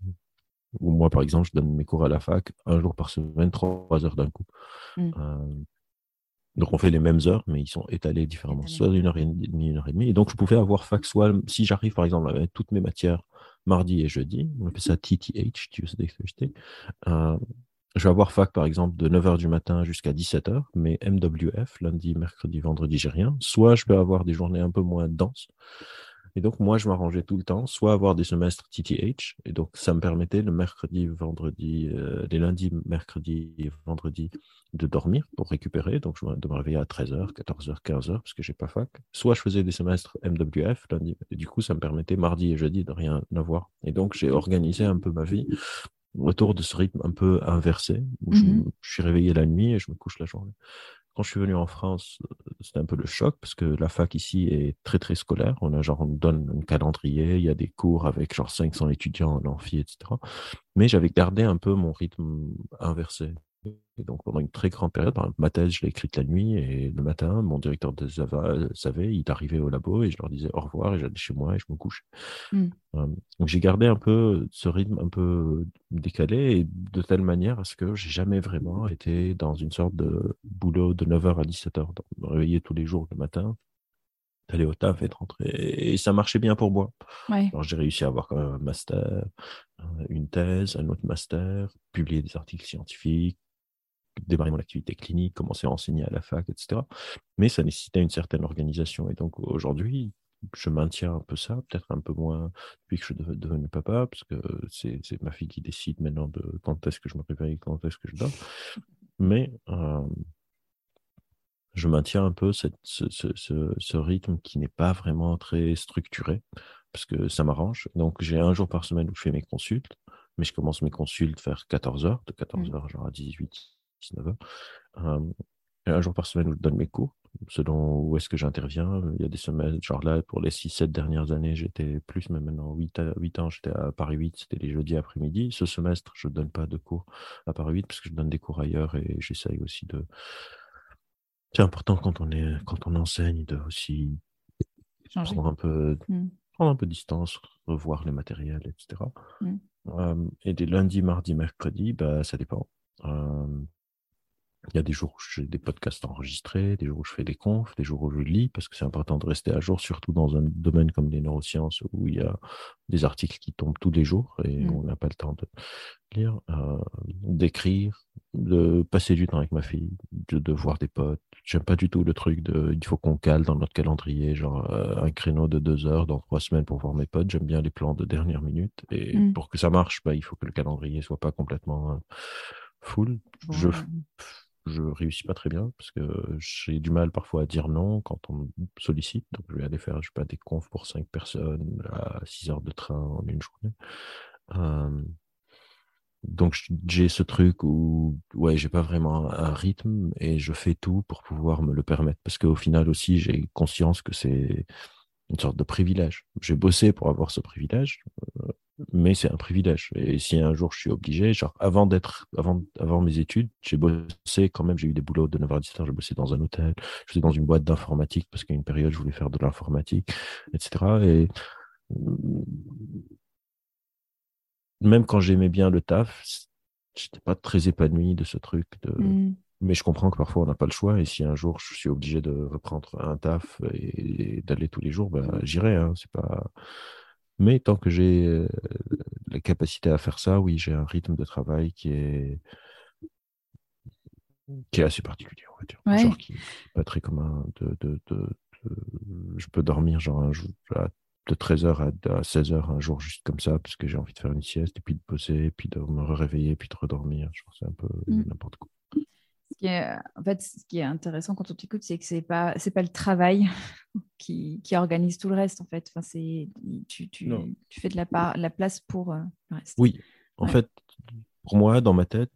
[SPEAKER 2] Où moi, par exemple, je donne mes cours à la fac, un jour par semaine, trois heures d'un coup. Mmh. Euh, donc, on fait les mêmes heures, mais ils sont étalés différemment, Étalé. soit une heure et demie, une heure et demie. Et donc, je pouvais avoir fac, soit, si j'arrive, par exemple, avec toutes mes matières, mardi et jeudi, on appelle ça T T H, Tuesday, Thursday. Euh, je vais avoir fac, par exemple, de neuf heures du matin jusqu'à dix-sept heures, mais M W F, lundi, mercredi, vendredi, j'ai rien. Soit je peux avoir des journées un peu moins denses. Et donc, moi, je m'arrangeais tout le temps, soit avoir des semestres T T H, et donc ça me permettait le mercredi, vendredi, euh, les lundis, mercredi et vendredi, de dormir pour récupérer, donc je me, de me réveiller à treize heures, quatorze heures, quinze heures, parce que j'ai pas fac. Soit je faisais des semestres M W F, lundi, et du coup, ça me permettait mardi et jeudi de rien avoir. Et donc, j'ai organisé un peu ma vie autour de ce rythme un peu inversé, où mm-hmm. je, je suis réveillé la nuit et je me couche la journée. Quand je suis venu en France, c'était un peu le choc parce que la fac ici est très, très scolaire. On a genre, on donne un calendrier, il y a des cours avec genre cinq cents étudiants en amphi, et cetera. Mais j'avais gardé un peu mon rythme inversé. Et donc, pendant une très grande période, par exemple, ma thèse, je l'ai écrite la nuit et le matin, mon directeur de savait, il arrivait au labo et je leur disais au revoir et j'allais chez moi et je me couchais. Mm. Donc, j'ai gardé un peu ce rythme un peu décalé et de telle manière à ce que j'ai jamais vraiment été dans une sorte de boulot de neuf heures à dix-sept heures. Donc, me réveiller tous les jours le matin, aller au taf, être rentré. Et ça marchait bien pour moi. Ouais. Alors, j'ai réussi à avoir quand même un master, une thèse, un autre master, publier des articles scientifiques, démarrer mon activité clinique, commencer à enseigner à la fac, et cetera. Mais ça nécessitait une certaine organisation. Et donc aujourd'hui, je maintiens un peu ça, peut-être un peu moins depuis que je suis devenu papa, parce que c'est, c'est ma fille qui décide maintenant de quand est-ce que je me réveille, quand est-ce que je dors. Mais euh, je maintiens un peu cette, ce, ce, ce, ce rythme qui n'est pas vraiment très structuré, parce que ça m'arrange. Donc j'ai un jour par semaine où je fais mes consultes, mais je commence mes consultes vers quatorze heures, de quatorze heures genre à dix-huit, dix-neuf heures. Euh, et un jour par semaine où je donne mes cours, selon où est-ce que j'interviens. Il y a des semaines, genre là, pour les six sept dernières années, j'étais plus, mais maintenant huit à huit ans, j'étais à Paris huit, c'était les jeudis après-midi. Ce semestre, je ne donne pas de cours à Paris huit parce que je donne des cours ailleurs et j'essaye aussi de... C'est important quand on est, quand on enseigne de aussi
[SPEAKER 1] Changer.
[SPEAKER 2] prendre un peu,
[SPEAKER 1] Mm.
[SPEAKER 2] prendre un peu de distance, revoir le matériel, et cetera.
[SPEAKER 1] Mm.
[SPEAKER 2] Euh, et des lundis, mardis, mercredis, bah, ça dépend. Euh, Il y a des jours où j'ai des podcasts enregistrés, des jours où je fais des confs, des jours où je lis, parce que c'est important de rester à jour, surtout dans un domaine comme les neurosciences où il y a des articles qui tombent tous les jours et
[SPEAKER 1] Mm.
[SPEAKER 2] on n'a pas le temps de lire, euh, d'écrire, de passer du temps avec ma fille, de, de voir des potes. J'aime pas du tout le truc de il faut qu'on cale dans notre calendrier, genre euh, un créneau de deux heures dans trois semaines pour voir mes potes. J'aime bien les plans de dernière minute et
[SPEAKER 1] Mm.
[SPEAKER 2] pour que ça marche, bah, il faut que le calendrier soit pas complètement euh, full. Je
[SPEAKER 1] Bon, euh,
[SPEAKER 2] je réussis pas très bien parce que j'ai du mal parfois à dire non quand on me sollicite. Donc, je vais aller faire, je sais pas, des confs pour cinq personnes à six heures de train en une journée. Euh, donc, j'ai ce truc où, ouais, j'ai pas vraiment un rythme et je fais tout pour pouvoir me le permettre. Parce qu'au final aussi, j'ai conscience que c'est une sorte de privilège. J'ai bossé pour avoir ce privilège, euh, mais c'est un privilège. Et si un jour je suis obligé, genre avant d'être, avant, avant mes études, j'ai bossé quand même, j'ai eu des boulots de neuf heures à dix-sept heures, j'ai bossé dans un hôtel, j'étais dans une boîte d'informatique parce qu'à une période, je voulais faire de l'informatique, et cetera. Et euh, même quand j'aimais bien le taf, j'étais pas très épanoui de ce truc de...
[SPEAKER 1] mm.
[SPEAKER 2] Mais je comprends que parfois on n'a pas le choix et si un jour je suis obligé de reprendre un taf et d'aller tous les jours, ben, j'irai, hein, c'est pas... Mais tant que j'ai euh, la capacité à faire ça, oui, j'ai un rythme de travail qui est, qui est assez particulier, on va dire. Genre
[SPEAKER 1] Ouais.
[SPEAKER 2] qui n'est pas très commun. De, de, de, de- Je peux dormir genre un jour, à- de treize heures à, à seize heures un jour juste comme ça, parce que j'ai envie de faire une sieste, et puis de bosser, puis de me réveiller, puis de redormir. Genre, c'est un peu
[SPEAKER 1] Mm.
[SPEAKER 2] n'importe quoi.
[SPEAKER 1] Ce qui est, en fait, ce qui est intéressant quand on t'écoute, c'est que c'est pas, c'est pas le travail qui, qui organise tout le reste, en fait. Enfin, c'est, tu,
[SPEAKER 2] Non.
[SPEAKER 1] tu, tu fais de la, part, la place pour euh, le reste.
[SPEAKER 2] Oui, en
[SPEAKER 1] Ouais.
[SPEAKER 2] fait, pour moi, dans ma tête,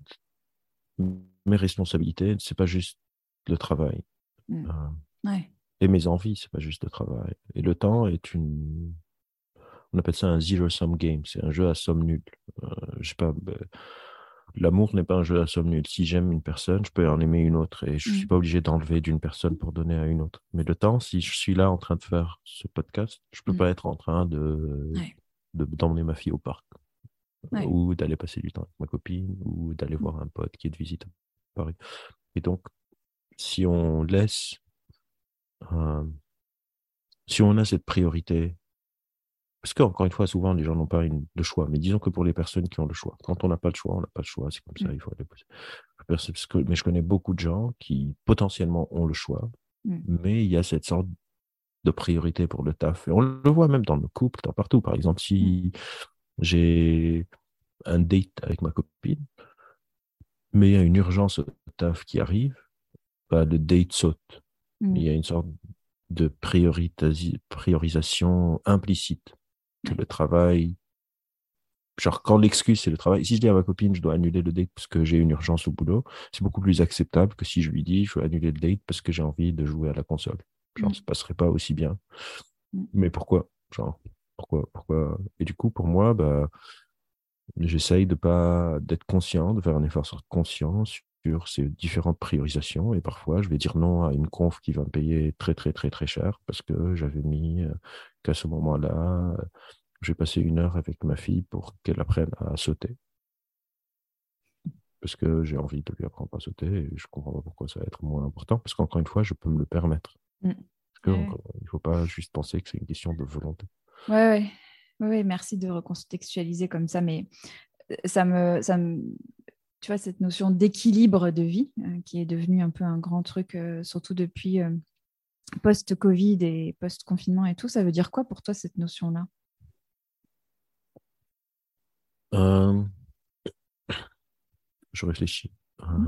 [SPEAKER 2] mes responsabilités, c'est pas juste le travail.
[SPEAKER 1] Mm.
[SPEAKER 2] Euh,
[SPEAKER 1] Ouais.
[SPEAKER 2] et mes envies, c'est pas juste le travail. Et le temps est une, on appelle ça un zero-sum game, c'est un jeu à somme nulle. Euh, je sais pas, ben, l'amour n'est pas un jeu à somme nulle. Si j'aime une personne, je peux en aimer une autre et je suis
[SPEAKER 1] Mm.
[SPEAKER 2] pas obligé d'enlever d'une personne pour donner à une autre. Mais le temps, si je suis là en train de faire ce podcast, je peux
[SPEAKER 1] Mm.
[SPEAKER 2] pas être en train de,
[SPEAKER 1] Ouais.
[SPEAKER 2] de- d'emmener ma fille au parc euh,
[SPEAKER 1] Ouais.
[SPEAKER 2] ou d'aller passer du temps avec ma copine ou d'aller
[SPEAKER 1] Mm.
[SPEAKER 2] voir un pote qui est de visite à Paris. Et donc, si on laisse, euh, si on a cette priorité. Parce qu'encore une fois, souvent, les gens n'ont pas une, de choix. Mais disons que pour les personnes qui ont le choix, quand on n'a pas le choix, on n'a pas le choix. C'est comme ça,
[SPEAKER 1] Mm.
[SPEAKER 2] il faut aller poser. Parce que, mais je connais beaucoup de gens qui potentiellement ont le choix,
[SPEAKER 1] Mm.
[SPEAKER 2] mais il y a cette sorte de priorité pour le taf. Et on le voit même dans nos couples, dans partout. Par exemple,
[SPEAKER 1] Mm.
[SPEAKER 2] si j'ai un date avec ma copine, mais il y a une urgence au taf qui arrive, bah, le date saute. Il
[SPEAKER 1] Mm.
[SPEAKER 2] y a une sorte de priorita- priorisation implicite que
[SPEAKER 1] Ouais.
[SPEAKER 2] le travail. Genre, quand l'excuse, c'est le travail. Si je dis à ma copine, je dois annuler le date parce que j'ai une urgence au boulot, c'est beaucoup plus acceptable que si je lui dis, je veux annuler le date parce que j'ai envie de jouer à la console. Genre,
[SPEAKER 1] Mm.
[SPEAKER 2] ça passerait pas aussi bien.
[SPEAKER 1] Mm.
[SPEAKER 2] Mais pourquoi? Genre, pourquoi, pourquoi? Et du coup, pour moi, bah, j'essaye de pas, d'être conscient, de faire un effort sur conscience sur ces différentes priorisations. Et parfois, je vais dire non à une conf qui va me payer très, très, très, très cher parce que j'avais mis euh, qu'à ce moment-là, j'ai passé une heure avec ma fille pour qu'elle apprenne à sauter. Parce que j'ai envie de lui apprendre à sauter et je comprends pas pourquoi ça va être moins important. Parce qu'encore une fois, je peux me le permettre.
[SPEAKER 1] Mm.
[SPEAKER 2] Parce que,
[SPEAKER 1] Ouais.
[SPEAKER 2] encore, il ne faut pas juste penser que c'est une question de volonté.
[SPEAKER 1] Ouais, ouais. Ouais, ouais, merci de recontextualiser comme ça, mais euh, ça me, ça me, tu vois, cette notion d'équilibre de vie euh, qui est devenue un peu un grand truc, euh, surtout depuis euh, post-Covid et post-confinement et tout. Ça veut dire quoi pour toi, cette notion-là?
[SPEAKER 2] Euh, je réfléchis.
[SPEAKER 1] Mmh.
[SPEAKER 2] Euh,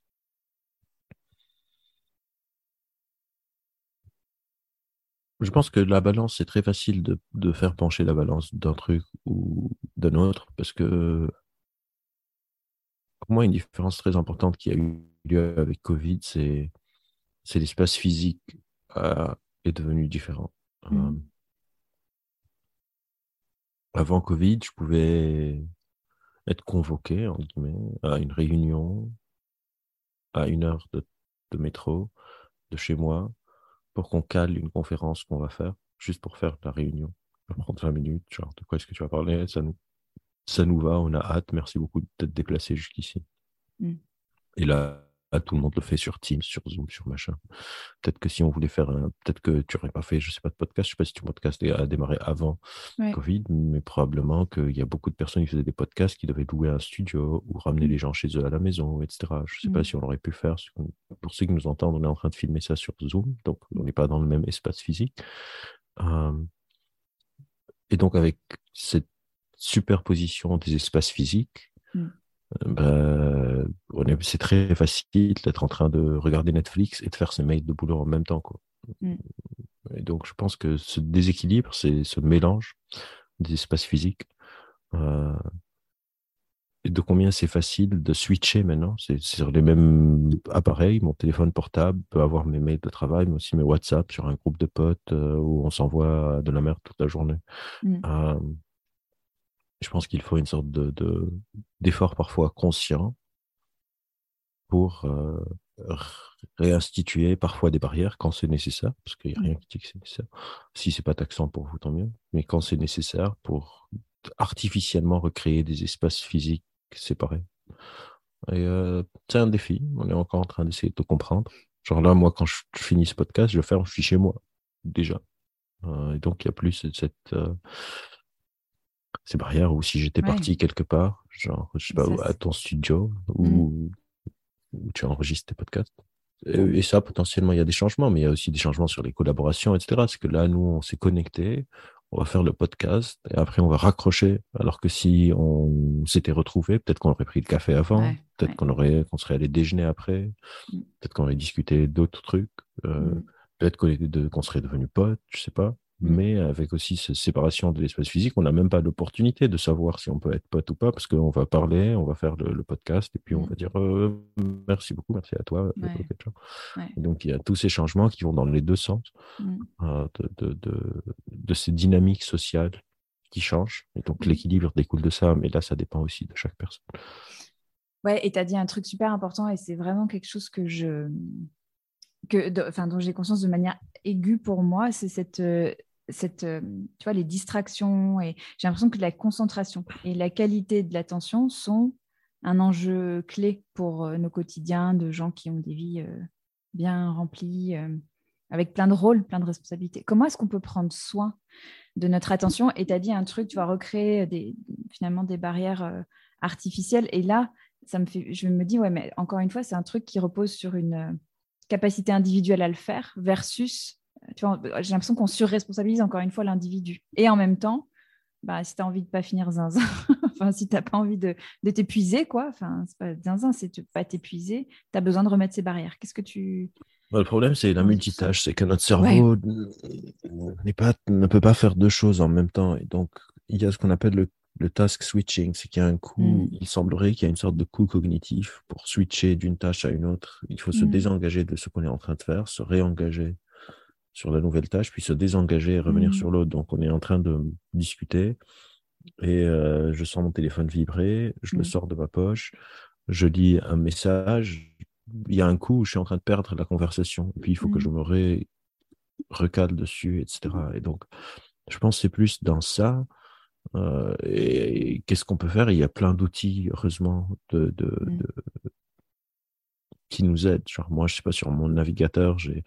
[SPEAKER 2] je pense que la balance, c'est très facile de, de faire pencher la balance d'un truc ou d'un autre, parce que pour moi, une différence très importante qui a eu lieu avec Covid, c'est c'est l'espace physique euh, est devenu différent. Euh,
[SPEAKER 1] Mmh.
[SPEAKER 2] avant Covid, je pouvais être convoqué, en guillemets, à une réunion à une heure de, de métro de chez moi pour qu'on cale une conférence qu'on va faire, juste pour faire la réunion. Ça va prendre vingt minutes, genre, de quoi est-ce que tu vas parler? Ça nous, ça nous va, on a hâte, merci beaucoup de t'être déplacé jusqu'ici.
[SPEAKER 1] Mmh.
[SPEAKER 2] Et là, là, tout le monde le fait sur Teams, sur Zoom, sur machin. Peut-être que si on voulait faire un... Peut-être que tu n'aurais pas fait, je sais pas, de podcast. Je sais pas si ton podcast a démarré avant
[SPEAKER 1] Ouais.
[SPEAKER 2] Covid, mais probablement qu'il y a beaucoup de personnes qui faisaient des podcasts qui devaient louer un studio ou ramener
[SPEAKER 1] Mmh.
[SPEAKER 2] les gens chez eux à la maison, et cetera. Je sais pas
[SPEAKER 1] Mmh.
[SPEAKER 2] si on aurait pu faire. Pour ceux qui nous entendent, on est en train de filmer ça sur Zoom, donc on n'est pas dans le même espace physique. Euh, et donc, avec cette superposition des espaces physiques,
[SPEAKER 1] Mmh.
[SPEAKER 2] ben, on est- c'est très facile d'être en train de regarder Netflix et de faire ses mails de boulot en même temps, quoi.
[SPEAKER 1] Mmh.
[SPEAKER 2] Et donc, je pense que ce déséquilibre, c'est ce mélange des espaces physiques. Euh, et de combien c'est facile de switcher maintenant. C'est c'est sur les mêmes appareils. Mon téléphone portable peut avoir mes mails de travail, mais aussi mes WhatsApp sur un groupe de potes euh, où on s'envoie de la merde toute la journée.
[SPEAKER 1] Mmh.
[SPEAKER 2] Euh, je pense qu'il faut une sorte de, de- d'effort parfois conscient pour euh, réinstituer parfois des barrières quand c'est nécessaire, parce qu'il n'y a
[SPEAKER 1] Mmh.
[SPEAKER 2] rien qui dit que c'est nécessaire. Si c'est pas taxant pour vous, tant mieux. Mais quand c'est nécessaire pour artificiellement recréer des espaces physiques séparés. Et euh, c'est un défi. On est encore en train d'essayer de comprendre. Genre là, moi, quand je finis ce podcast, je le ferme, je suis chez moi, déjà. Euh, et donc, il n'y a plus cette, cette, euh, ces barrières où si j'étais
[SPEAKER 1] Ouais.
[SPEAKER 2] parti quelque part, genre, je sais pas,
[SPEAKER 1] Ça,
[SPEAKER 2] à
[SPEAKER 1] c'est-
[SPEAKER 2] ton studio,
[SPEAKER 1] Mmh.
[SPEAKER 2] où, où tu enregistres tes podcasts. Et, et ça, potentiellement, il y a des changements, mais il y a aussi des changements sur les collaborations, et cetera. C'est que là, nous, on s'est connectés, on va faire le podcast, et après, on va raccrocher. Alors que si on s'était retrouvés, peut-être qu'on aurait pris le café avant,
[SPEAKER 1] Ouais.
[SPEAKER 2] peut-être
[SPEAKER 1] Ouais.
[SPEAKER 2] qu'on aurait, qu'on serait allé déjeuner après,
[SPEAKER 1] Mmh.
[SPEAKER 2] peut-être qu'on aurait discuté d'autres trucs, euh,
[SPEAKER 1] Mmh.
[SPEAKER 2] peut-être qu'on était de- qu'on serait devenus potes, je sais pas.
[SPEAKER 1] Mmh.
[SPEAKER 2] Mais avec aussi cette séparation de l'espace physique, on n'a même pas l'opportunité de savoir si on peut être pote ou pas, parce qu'on va parler, on va faire le, le podcast, et puis on
[SPEAKER 1] Mmh.
[SPEAKER 2] va dire euh, merci beaucoup, merci à toi. euh,
[SPEAKER 1] Ouais.
[SPEAKER 2] ok, ciao.
[SPEAKER 1] Ouais.
[SPEAKER 2] Et donc, il y a tous ces changements qui vont dans les deux sens,
[SPEAKER 1] Mmh.
[SPEAKER 2] euh, de, de, de, de ces dynamiques sociales qui changent. Et donc,
[SPEAKER 1] Mmh.
[SPEAKER 2] l'équilibre découle de ça, mais là, ça dépend aussi de chaque personne.
[SPEAKER 1] Ouais, et tu as dit un truc super important et c'est vraiment quelque chose que je, que, de- enfin, dont j'ai conscience de manière aiguë pour moi, c'est cette, euh, cette, euh, tu vois, les distractions et j'ai l'impression que la concentration et la qualité de l'attention sont un enjeu clé pour euh, nos quotidiens de gens qui ont des vies euh, bien remplies, euh, avec plein de rôles, plein de responsabilités. Comment est-ce qu'on peut prendre soin de notre attention? Et tu as dit un truc, tu vas recréer des, finalement des barrières euh, artificielles. Et là, ça me fait, je me dis, ouais, mais encore une fois, c'est un truc qui repose sur une euh, capacité individuelle à le faire versus, euh, tu vois, j'ai l'impression qu'on surresponsabilise encore une fois l'individu. Et en même temps, bah, si tu as envie de pas finir zinzin, enfin, si tu n'as pas envie de, de t'épuiser, quoi, enfin, c'est pas zinzin, c'est de pas t'épuiser, tu as besoin de remettre ces barrières. Qu'est-ce que tu
[SPEAKER 2] Bah, le problème, c'est la
[SPEAKER 1] penses de tout ça?
[SPEAKER 2] multitâche, c'est que notre
[SPEAKER 1] Ouais.
[SPEAKER 2] cerveau n'est pas, ne peut pas faire deux choses en même temps. Et donc, il y a ce qu'on appelle le, le task switching, c'est qu'il y a un coup,
[SPEAKER 1] Mm.
[SPEAKER 2] il semblerait qu'il y a une sorte de coup cognitif pour switcher d'une tâche à une autre. Il faut se
[SPEAKER 1] Mm.
[SPEAKER 2] désengager de ce qu'on est en train de faire, se réengager sur la nouvelle tâche, puis se désengager et revenir
[SPEAKER 1] Mm.
[SPEAKER 2] sur l'autre. Donc, on est en train de discuter et euh, je sens mon téléphone vibrer, je le
[SPEAKER 1] Mm.
[SPEAKER 2] sors de ma poche, je lis un message. Il y a un coup où je suis en train de perdre la conversation. Et puis, il faut que je
[SPEAKER 1] Mm.
[SPEAKER 2] me ré- recale dessus, et cetera. Et donc, je pense que c'est plus dans ça. Euh, et, et qu'est-ce qu'on peut faire? Il y a plein d'outils, heureusement, de, de,
[SPEAKER 1] Mm.
[SPEAKER 2] de- qui nous aident. Genre, moi, je sais pas, sur mon navigateur, j'ai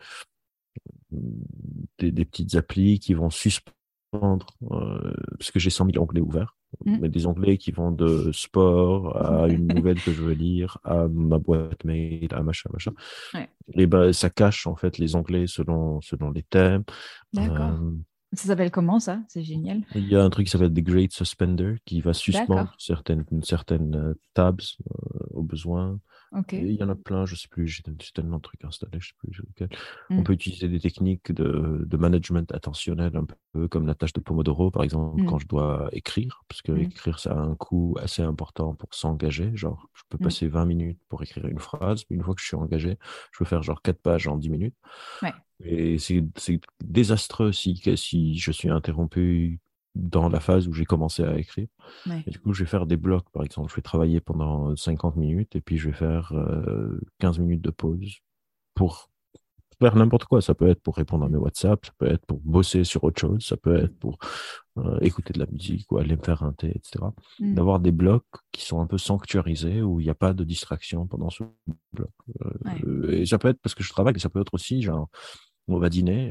[SPEAKER 2] des, des petites applis qui vont suspendre, euh, parce que j'ai cent mille onglets ouverts.
[SPEAKER 1] Mm.
[SPEAKER 2] Mais des onglets qui vont de sport à une nouvelle que je veux lire, à ma boîte mail, à machin, machin.
[SPEAKER 1] Ouais.
[SPEAKER 2] Et ben, ça cache en fait les onglets selon, selon les thèmes.
[SPEAKER 1] D'accord.
[SPEAKER 2] Euh,
[SPEAKER 1] Ça s'appelle comment ça? C'est génial.
[SPEAKER 2] il y a un truc qui s'appelle des Great Suspender qui va suspendre
[SPEAKER 1] D'accord.
[SPEAKER 2] certaines, certaines euh, tabs euh, au besoin.
[SPEAKER 1] Ok.
[SPEAKER 2] Et il y en a plein, je sais plus, j'ai j'ai tellement de trucs installés, je sais plus lequel. On
[SPEAKER 1] Mm.
[SPEAKER 2] peut utiliser des techniques de, de management attentionnel, un peu comme la tâche de Pomodoro, par exemple,
[SPEAKER 1] Mm.
[SPEAKER 2] quand je dois écrire, parce que
[SPEAKER 1] Mm.
[SPEAKER 2] écrire, ça a un coût assez important pour s'engager. Genre, je peux
[SPEAKER 1] Mm.
[SPEAKER 2] passer vingt minutes pour écrire une phrase, mais une fois que je suis engagé, je peux faire genre quatre pages en dix minutes.
[SPEAKER 1] Ouais.
[SPEAKER 2] Et c'est c'est désastreux si, si je suis interrompu dans la phase où j'ai commencé à écrire.
[SPEAKER 1] Ouais.
[SPEAKER 2] Et du coup, je vais faire des blocs, par exemple. Je vais travailler pendant cinquante minutes et puis je vais faire euh, quinze minutes de pause pour faire n'importe quoi. Ça peut être pour répondre à mes WhatsApp, ça peut être pour bosser sur autre chose, ça peut être pour euh, écouter de la musique ou aller me faire un thé, et cetera.
[SPEAKER 1] Mm.
[SPEAKER 2] D'avoir des blocs qui sont un peu sanctuarisés où il n'y a pas de distraction pendant ce bloc.
[SPEAKER 1] Ouais.
[SPEAKER 2] Euh, et ça peut être parce que je travaille, mais ça peut être aussi, genre, on va dîner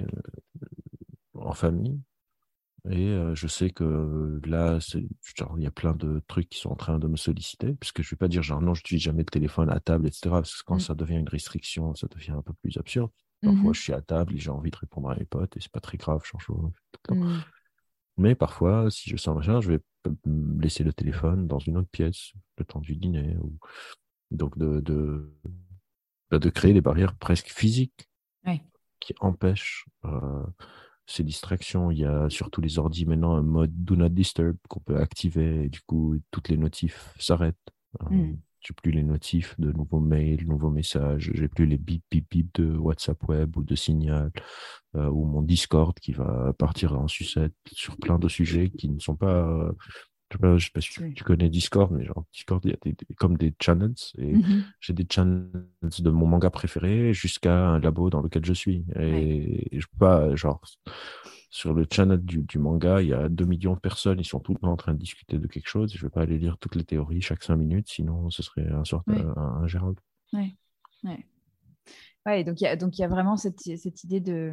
[SPEAKER 2] euh, en famille. Et euh, je sais que là, c'est, genre, il y a plein de trucs qui sont en train de me solliciter, puisque je ne vais pas dire genre non, je n'utilise jamais le téléphone à table, et cetera. Parce que quand
[SPEAKER 1] Mm.
[SPEAKER 2] ça devient une restriction, ça devient un peu plus absurde. Parfois,
[SPEAKER 1] Mhm.
[SPEAKER 2] je suis à table et j'ai envie de répondre à mes potes et c'est pas très grave, je change tout le temps.
[SPEAKER 1] Mm.
[SPEAKER 2] Mais parfois, si je sens machin, je vais p- me laisser le téléphone dans une autre pièce, le temps du dîner. Ou... Donc, de, de, bah, de créer des barrières presque physiques
[SPEAKER 1] Ouais.
[SPEAKER 2] qui empêchent euh, ces distractions. Il y a sur tous les ordis maintenant un mode Do Not Disturb qu'on peut activer et du coup, toutes les notifs s'arrêtent. Euh,
[SPEAKER 1] Mm.
[SPEAKER 2] j'ai plus les notifs de nouveaux mails, nouveaux messages, j'ai plus les bip bip bip de WhatsApp Web ou de Signal euh, ou mon Discord qui va partir en sucette sur plein de sujets qui ne sont pas euh, je sais pas, je sais pas si tu,
[SPEAKER 1] Oui.
[SPEAKER 2] tu connais Discord, mais genre Discord, il y a des, des- comme des channels. Et
[SPEAKER 1] Mhm.
[SPEAKER 2] j'ai des channels de mon manga préféré jusqu'à un labo dans lequel je suis.
[SPEAKER 1] Ouais.
[SPEAKER 2] Et, et je peux pas, genre, sur le channel du, du manga, il y a deux millions de personnes, ils sont tout le temps en train de discuter de quelque chose. Et je vais pas aller lire toutes les théories chaque cinq minutes, sinon ce serait un sorte
[SPEAKER 1] Ouais.
[SPEAKER 2] un, ingérable.
[SPEAKER 1] Ouais. Ouais. Ouais, donc il y a, donc il y a vraiment cette, cette idée de...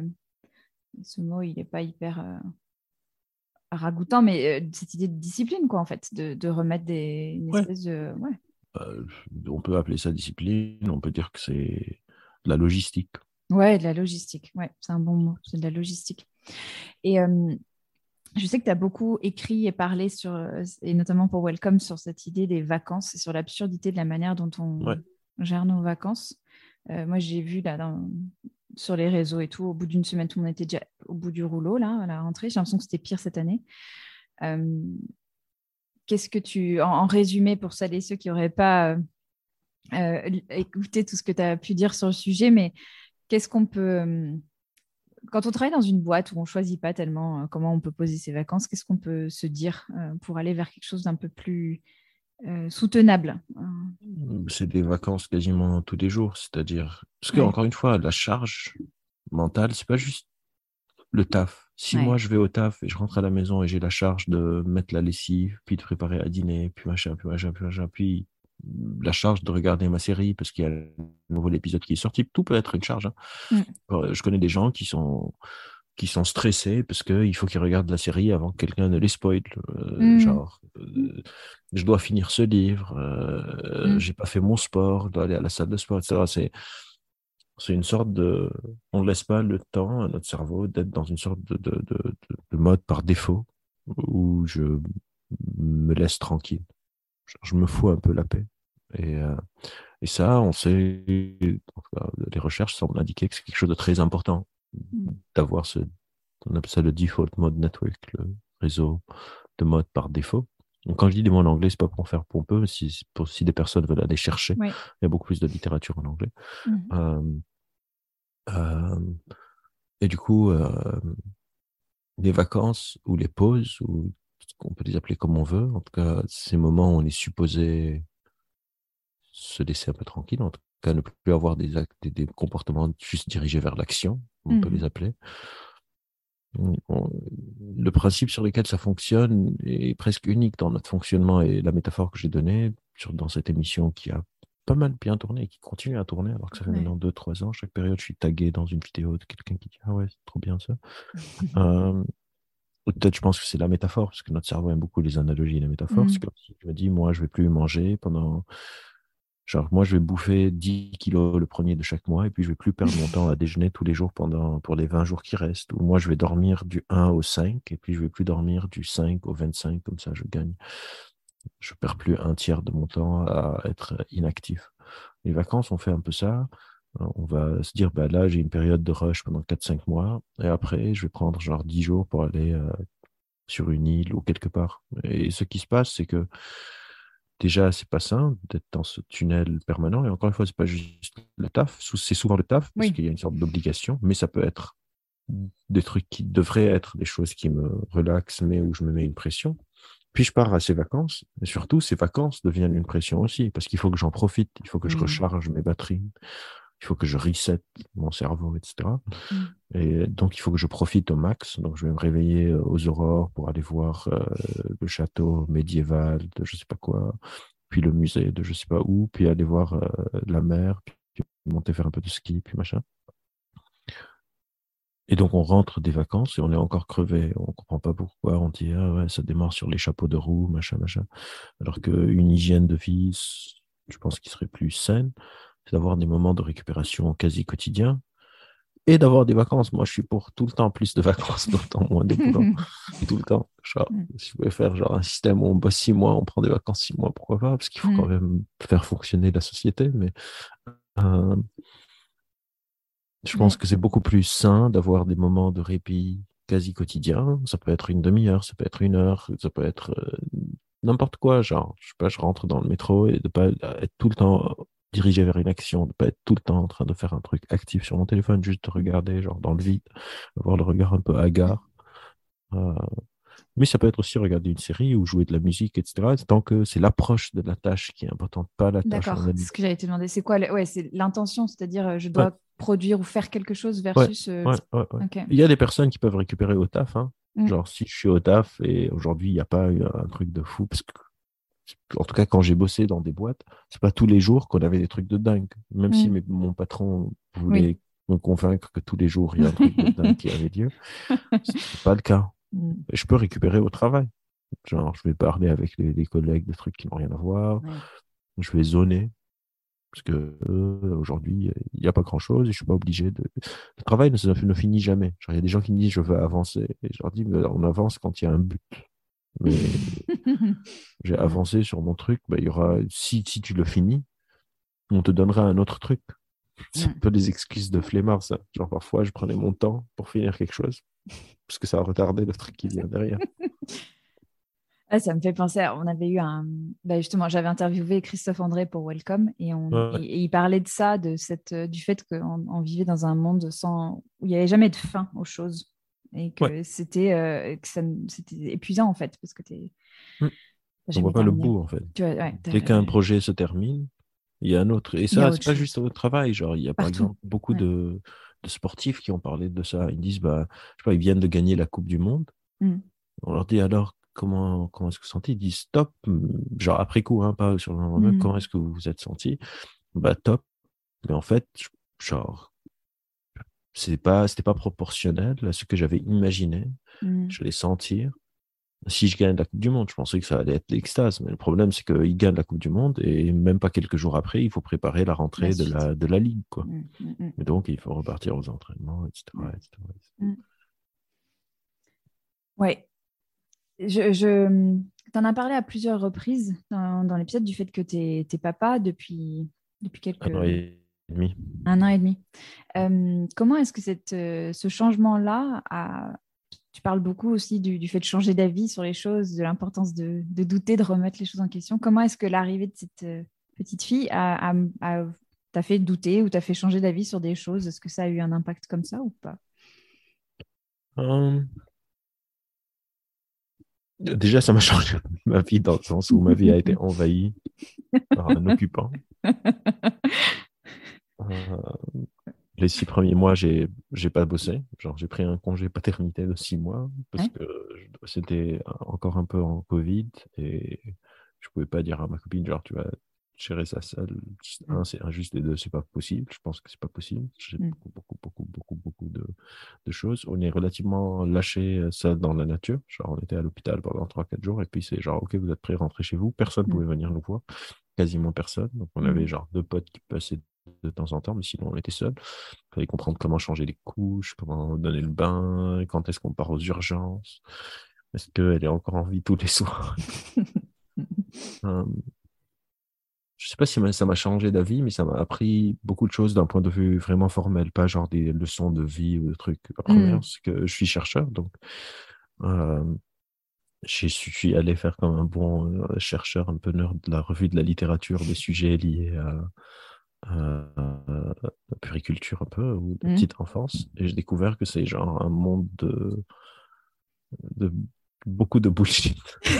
[SPEAKER 1] Ce mot, il n'est pas hyper euh, ragoûtant, mais euh, cette idée de discipline, quoi, en fait, de, de remettre des, une
[SPEAKER 2] Ouais.
[SPEAKER 1] espèce de... Ouais.
[SPEAKER 2] Euh, on peut appeler ça discipline, on peut dire que c'est de la logistique.
[SPEAKER 1] Ouais, de la logistique. Ouais, c'est un bon mot, c'est de la logistique. Et euh, je sais que tu as beaucoup écrit et parlé sur, euh, et notamment pour Welcome, sur cette idée des vacances et sur l'absurdité de la manière dont on
[SPEAKER 2] Ouais.
[SPEAKER 1] gère nos vacances. Euh, moi, j'ai vu là, dans, sur les réseaux et tout, au bout d'une semaine, tout le monde était déjà au bout du rouleau, là, à la rentrée. J'ai l'impression que c'était pire cette année. Euh, qu'est-ce que tu, en, en résumé, pour celles et ceux qui n'auraient pas euh, euh, écouté tout ce que tu as pu dire sur le sujet, mais qu'est-ce qu'on peut... euh, quand on travaille dans une boîte où on ne choisit pas tellement euh, comment on peut poser ses vacances, qu'est-ce qu'on peut se dire euh, pour aller vers quelque chose d'un peu plus euh, soutenable?
[SPEAKER 2] C'est des vacances quasiment tous les jours, c'est-à-dire, parce que
[SPEAKER 1] Ouais,
[SPEAKER 2] encore une fois, la charge mentale, c'est pas juste le taf. Si moi
[SPEAKER 1] ouais,
[SPEAKER 2] je vais au taf et je rentre à la maison et j'ai la charge de mettre la lessive, puis de préparer à dîner, puis machin, puis machin, puis machin, puis la charge de regarder ma série parce qu'il y a un nouvel épisode qui est sorti, tout peut être une charge, hein.
[SPEAKER 1] mm,
[SPEAKER 2] Euh, Je connais des gens qui sont qui sont stressés parce qu'il faut qu'ils regardent la série avant que quelqu'un ne les spoil. Euh,
[SPEAKER 1] mm,
[SPEAKER 2] genre, euh, je dois finir ce livre, euh,
[SPEAKER 1] mm,
[SPEAKER 2] j'ai pas fait mon sport, je dois aller à la salle de sport, et cetera. C'est, c'est une sorte de... On ne laisse pas le temps à notre cerveau d'être dans une sorte de, de, de, de- de mode par défaut où je me laisse tranquille. Genre, je me fous un peu la paix. Et, euh, et ça, on sait, en tout cas, les recherches semblent indiquer que c'est quelque chose de très important
[SPEAKER 1] mm.
[SPEAKER 2] d'avoir ce, on appelle ça le default mode network, le réseau de mode par défaut. Donc, quand je dis des mots en anglais, c'est pas pour en faire pompeux, mais si, c'est pour, si des personnes veulent aller chercher,
[SPEAKER 1] Ouais,
[SPEAKER 2] il y a beaucoup plus de littérature en anglais.
[SPEAKER 1] mm,
[SPEAKER 2] Euh, euh, et du coup, euh, les vacances ou les pauses, ou on peut les appeler comme on veut, en tout cas, ces moments où on est supposé se laisser un peu tranquille, en tout cas, ne plus avoir des, actes, des, des comportements juste dirigés vers l'action, on peut les
[SPEAKER 1] mm,
[SPEAKER 2] appeler. On- le principe sur lequel ça fonctionne est presque unique dans notre fonctionnement et la métaphore que j'ai donnée sur, dans cette émission qui a pas mal bien tourné et qui continue à tourner alors que ça fait
[SPEAKER 1] ouais.
[SPEAKER 2] maintenant deux trois ans. Chaque période, je suis tagué dans une vidéo de quelqu'un qui dit Ah ouais, c'est trop bien ça. Euh, Ou peut-être je pense que c'est la métaphore, parce que notre cerveau aime beaucoup les analogies et les métaphores. C'est
[SPEAKER 1] Mm.
[SPEAKER 2] comme si je me dis, moi, je vais plus manger pendant... Genre, moi, je vais bouffer dix kilos le premier de chaque mois, et puis je vais plus perdre mon temps à déjeuner tous les jours pendant, pour les vingt jours qui restent. Ou moi, je vais dormir du un au cinq, et puis je vais plus dormir du cinq au vingt-cinq, comme ça, je gagne. Je perds plus un tiers de mon temps à être inactif. Les vacances, on fait un peu ça. Euh, On va se dire, bah là, j'ai une période de rush pendant quatre cinq mois, et après, je vais prendre genre dix jours pour aller euh, sur une île ou quelque part. Et ce qui se passe, c'est que déjà, c'est pas sain d'être dans ce tunnel permanent. Et encore une fois, c'est pas juste le taf. Sou- C'est souvent le taf parce
[SPEAKER 1] Oui.
[SPEAKER 2] qu'il y a une sorte d'obligation, mais ça peut être des trucs qui devraient être des choses qui me relaxent, mais où je me mets une pression. Puis je pars à ces vacances, et surtout, ces vacances deviennent une pression aussi, parce qu'il faut que j'en profite, il faut que je
[SPEAKER 1] Mm.
[SPEAKER 2] recharge mes batteries, il faut que je reset mon cerveau, et cetera.
[SPEAKER 1] Mm.
[SPEAKER 2] Et donc, il faut que je profite au max. Donc, je vais me réveiller euh, aux aurores pour aller voir euh, le château médiéval de je sais pas quoi, puis le musée de je sais pas où, puis aller voir euh, la mer, puis monter faire un peu de ski, puis machin. Et donc, on rentre des vacances et on est encore crevé. On comprend pas pourquoi. On dit, ah ouais, ça démarre sur les chapeaux de roue, machin, machin. Alors qu'une hygiène de vie, je pense qu'il serait plus saine, c'est d'avoir des moments de récupération quasi quotidiens et d'avoir des vacances. Moi, je suis pour tout le temps plus de vacances, tout le temps moins de boulot. Tout le temps. Genre,
[SPEAKER 1] Mm.
[SPEAKER 2] si vous pouvez faire genre un système où on bosse six mois, on prend des vacances six mois, pourquoi pas? Parce qu'il faut quand
[SPEAKER 1] Mm.
[SPEAKER 2] même faire fonctionner la société. Mais euh, je pense
[SPEAKER 1] Ouais.
[SPEAKER 2] que c'est beaucoup plus sain d'avoir des moments de répit quasi quotidiens. Ça peut être une demi-heure, ça peut être une heure, ça peut être euh, n'importe quoi. Genre, je sais pas, je rentre dans le métro et de pas être tout le temps dirigé vers une action, de pas être tout le temps en train de faire un truc actif sur mon téléphone, juste de regarder genre dans le vide, avoir le regard un peu hagard. Euh, mais ça peut être aussi regarder une série ou jouer de la musique, et cetera. Tant que c'est l'approche de la tâche qui est importante, pas la tâche en
[SPEAKER 1] D'accord.
[SPEAKER 2] elle.
[SPEAKER 1] C'est ce que j'allais te demander. C'est quoi le- Ouais, c'est l'intention, c'est-à-dire euh, je
[SPEAKER 2] Ouais,
[SPEAKER 1] dois produire ou faire quelque chose
[SPEAKER 2] ouais,
[SPEAKER 1] versus. euh,
[SPEAKER 2] ouais, ouais, ouais.
[SPEAKER 1] Ok.
[SPEAKER 2] Il y a des personnes qui peuvent récupérer au taf, hein.
[SPEAKER 1] Mm.
[SPEAKER 2] Genre, si je suis au taf et aujourd'hui, il n'y a pas eu un truc de fou, parce que, en tout cas, quand j'ai bossé dans des boîtes, c'est pas tous les jours qu'on avait des trucs de dingue. Même si
[SPEAKER 1] Mm.
[SPEAKER 2] mes- mon patron
[SPEAKER 1] Oui.
[SPEAKER 2] voulait me convaincre que tous les jours, il y a un truc de dingue qui avait lieu, c'est pas le cas.
[SPEAKER 1] Mm.
[SPEAKER 2] Et je peux récupérer au travail. Genre, je vais parler avec les, les collègues de trucs qui n'ont rien à voir.
[SPEAKER 1] Ouais.
[SPEAKER 2] Je vais zoner. Parce que euh, aujourd'hui, il n'y a pas grand-chose et je suis pas obligé de. Le travail ne, se- ne finit jamais. Genre, il y a des gens qui me disent je veux avancer. Et je leur dis, mais on avance quand il y a un but. Mais j'ai
[SPEAKER 1] Mm.
[SPEAKER 2] avancé sur mon truc, bah, il y aura. Si, si tu le finis, on te donnera un autre truc. C'est un
[SPEAKER 1] Mm.
[SPEAKER 2] peu des excuses de flemmard, ça. Genre, parfois, je prenais mon temps pour finir quelque chose. Parce que ça a retardé le truc qui vient derrière.
[SPEAKER 1] Ah, ça me fait penser, à- on avait eu un, bah, justement, j'avais interviewé Christophe André pour Welcome et, on, et,
[SPEAKER 2] Ouais,
[SPEAKER 1] et il parlait de ça, de cette, euh, du fait qu'on on vivait dans un monde sans, où il n'y avait jamais de fin aux choses et
[SPEAKER 2] ouais.
[SPEAKER 1] que c'était euh, que ça me- c'était épuisant en fait parce que tu
[SPEAKER 2] Hmm.
[SPEAKER 1] n'as
[SPEAKER 2] On voit
[SPEAKER 1] jamais
[SPEAKER 2] pas le
[SPEAKER 1] terminé.
[SPEAKER 2] bout, en fait.
[SPEAKER 1] Tu vois, ouais, t'as-
[SPEAKER 2] Dès qu'un projet se termine, il y a un autre. Et
[SPEAKER 1] il y a
[SPEAKER 2] ça, c'est
[SPEAKER 1] autre
[SPEAKER 2] pas juste
[SPEAKER 1] chose
[SPEAKER 2] au travail. Genre, il y a par
[SPEAKER 1] partout.
[SPEAKER 2] exemple beaucoup
[SPEAKER 1] Ouais.
[SPEAKER 2] de, de sportifs qui ont parlé de ça. Ils disent, bah, je sais pas, ils viennent de gagner la Coupe du Monde.
[SPEAKER 1] Mm.
[SPEAKER 2] On leur dit alors, comment, comment est-ce que vous vous sentez? Ils disent top. Genre, après coup, hein, pas sur le moment même,
[SPEAKER 1] Mm.
[SPEAKER 2] comment est-ce que vous vous êtes senti? Bah, top. Mais en fait, genre, c'est pas, c'était pas proportionnel à ce que j'avais imaginé.
[SPEAKER 1] Mm.
[SPEAKER 2] Je les sentir. Si je gagne la Coupe du Monde, je pensais que ça allait être l'extase. Mais le problème, c'est qu'ils gagnent la Coupe du Monde et même pas quelques jours après, il faut préparer la
[SPEAKER 1] La
[SPEAKER 2] rentrée de
[SPEAKER 1] suite.
[SPEAKER 2] la, de la Ligue, quoi.
[SPEAKER 1] Mm. Mm. Mm.
[SPEAKER 2] Et donc, il faut repartir aux entraînements, et cetera,
[SPEAKER 1] Ouais.
[SPEAKER 2] et cetera.
[SPEAKER 1] Mm. Ouais. Je, je... Tu en as parlé à plusieurs reprises dans, dans l'épisode du fait que tu es, papa depuis, depuis quelques...
[SPEAKER 2] Un an et demi.
[SPEAKER 1] un an et demi. Euh, comment est-ce que cette, euh, ce changement-là a... Tu parles beaucoup aussi du, du fait de changer d'avis sur les choses, de l'importance de, de douter, de remettre les choses en question. Comment est-ce que l'arrivée de cette euh, petite fille a, a, a- t'a fait douter ou t'a fait changer d'avis sur des choses? Est-ce que ça a eu un impact comme ça ou pas?
[SPEAKER 2] Hum, Déjà, ça m'a changé ma vie dans le sens où ma vie a été envahie par un occupant. Euh, les six premiers mois, j'ai j'ai pas bossé. Genre, j'ai pris un congé paternité de six mois parce
[SPEAKER 1] Ouais.
[SPEAKER 2] que je- c'était encore un peu en Covid et je pouvais pas dire à ma copine, genre, tu vas gérer ça seule.
[SPEAKER 1] Mm.
[SPEAKER 2] Un, c'est injuste et deux, c'est pas possible. Je pense que c'est pas possible. J'ai
[SPEAKER 1] Mm.
[SPEAKER 2] beaucoup, beaucoup, beaucoup, beaucoup, beaucoup de, de choses. On est relativement lâché seul dans la nature. Genre, on était à l'hôpital pendant trois quatre jours et puis c'est genre, OK, vous êtes prêts, rentrez chez vous. Personne ne
[SPEAKER 1] Mm.
[SPEAKER 2] pouvait venir nous voir, quasiment personne. Donc, on
[SPEAKER 1] Mm.
[SPEAKER 2] avait genre deux potes qui passaient de temps en temps, mais sinon, on était seuls. Il fallait comprendre comment changer les couches, comment donner le bain, quand est-ce qu'on part aux urgences. Est-ce qu'elle est encore en vie tous les soirs? Euh, Je sais pas si ça m'a changé d'avis, mais ça m'a appris beaucoup de choses d'un point de vue vraiment formel, pas genre des leçons de vie ou des trucs. La première,
[SPEAKER 1] Mm.
[SPEAKER 2] c'est que je suis chercheur, donc euh, je suis allé faire comme un bon euh, chercheur, un peu nerd de la revue de la littérature, des sujets liés à, à- à la puriculture un peu, ou de
[SPEAKER 1] Mm.
[SPEAKER 2] petite enfance, et j'ai découvert que c'est genre un monde de, de beaucoup de bullshit.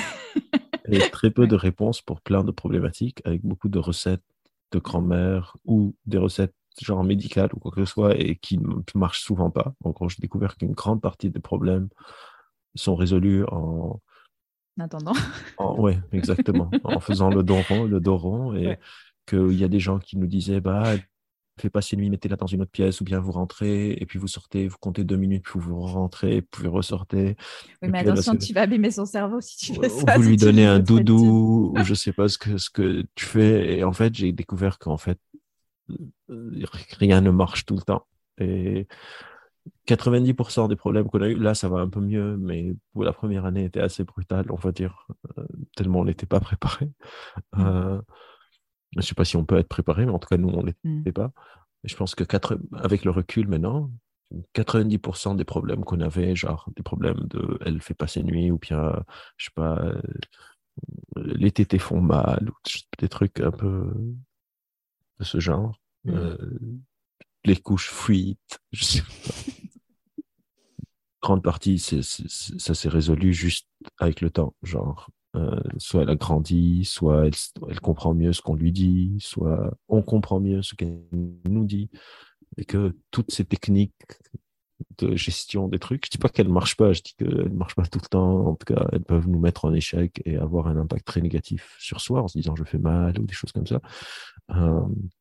[SPEAKER 2] Et très peu
[SPEAKER 1] Ouais.
[SPEAKER 2] de réponses pour plein de problématiques, avec beaucoup de recettes de grand-mère ou des recettes genre médicales ou quoi que ce soit et qui ne marchent souvent pas. En gros, j'ai découvert qu'une grande partie des problèmes sont résolus en,
[SPEAKER 1] En attendant.
[SPEAKER 2] en ouais, exactement, en faisant le dos rond, le dos rond et
[SPEAKER 1] Ouais.
[SPEAKER 2] qu'il y a des gens qui nous disaient, bah, fais passer nuit, mettez-la dans une autre pièce, ou bien vous rentrez, et puis vous sortez, vous comptez deux minutes, puis vous rentrez, puis vous ressortez,
[SPEAKER 1] Oui,
[SPEAKER 2] et
[SPEAKER 1] mais
[SPEAKER 2] puis elle va se
[SPEAKER 1] attention, tu vas abîmer son cerveau si tu fais ça,
[SPEAKER 2] vous
[SPEAKER 1] si
[SPEAKER 2] lui
[SPEAKER 1] tu
[SPEAKER 2] donnez
[SPEAKER 1] lui
[SPEAKER 2] un
[SPEAKER 1] prescriptives.
[SPEAKER 2] doudou ou je sais pas ce que, ce que tu fais. Et en fait, j'ai découvert qu'en fait, euh, rien ne marche tout le temps. Et quatre-vingt-dix pour cent des problèmes qu'on a eu, là, ça va un peu mieux, mais pour la première année, était assez brutal, on va dire, euh, tellement on n'était pas préparé.
[SPEAKER 1] Mm.
[SPEAKER 2] Euh, je sais pas si on peut être préparé, mais en tout cas, nous, on
[SPEAKER 1] Mm.
[SPEAKER 2] l'était pas. Et je pense que quatre, avec le recul maintenant, quatre-vingt-dix pour cent des problèmes qu'on avait, genre des problèmes de elle fait pas ses nuits, ou bien, je sais pas, euh, les tétés font mal, ou des trucs un peu de ce genre.
[SPEAKER 1] Mm.
[SPEAKER 2] Euh, les couches fuitent. Je sais pas. Grande partie, c'est, c'est- c'est- ça s'est résolu juste avec le temps. Genre, euh, soit elle a grandi, soit elle, elle comprend mieux ce qu'on lui dit, soit on comprend mieux ce qu'elle nous dit. Et que toutes ces techniques de gestion des trucs, je dis pas qu'elles marchent pas, je dis qu'elles marchent pas tout le temps. En tout cas, elles peuvent nous mettre en échec et avoir un impact très négatif sur soi en se disant je fais mal ou des choses comme ça. Euh,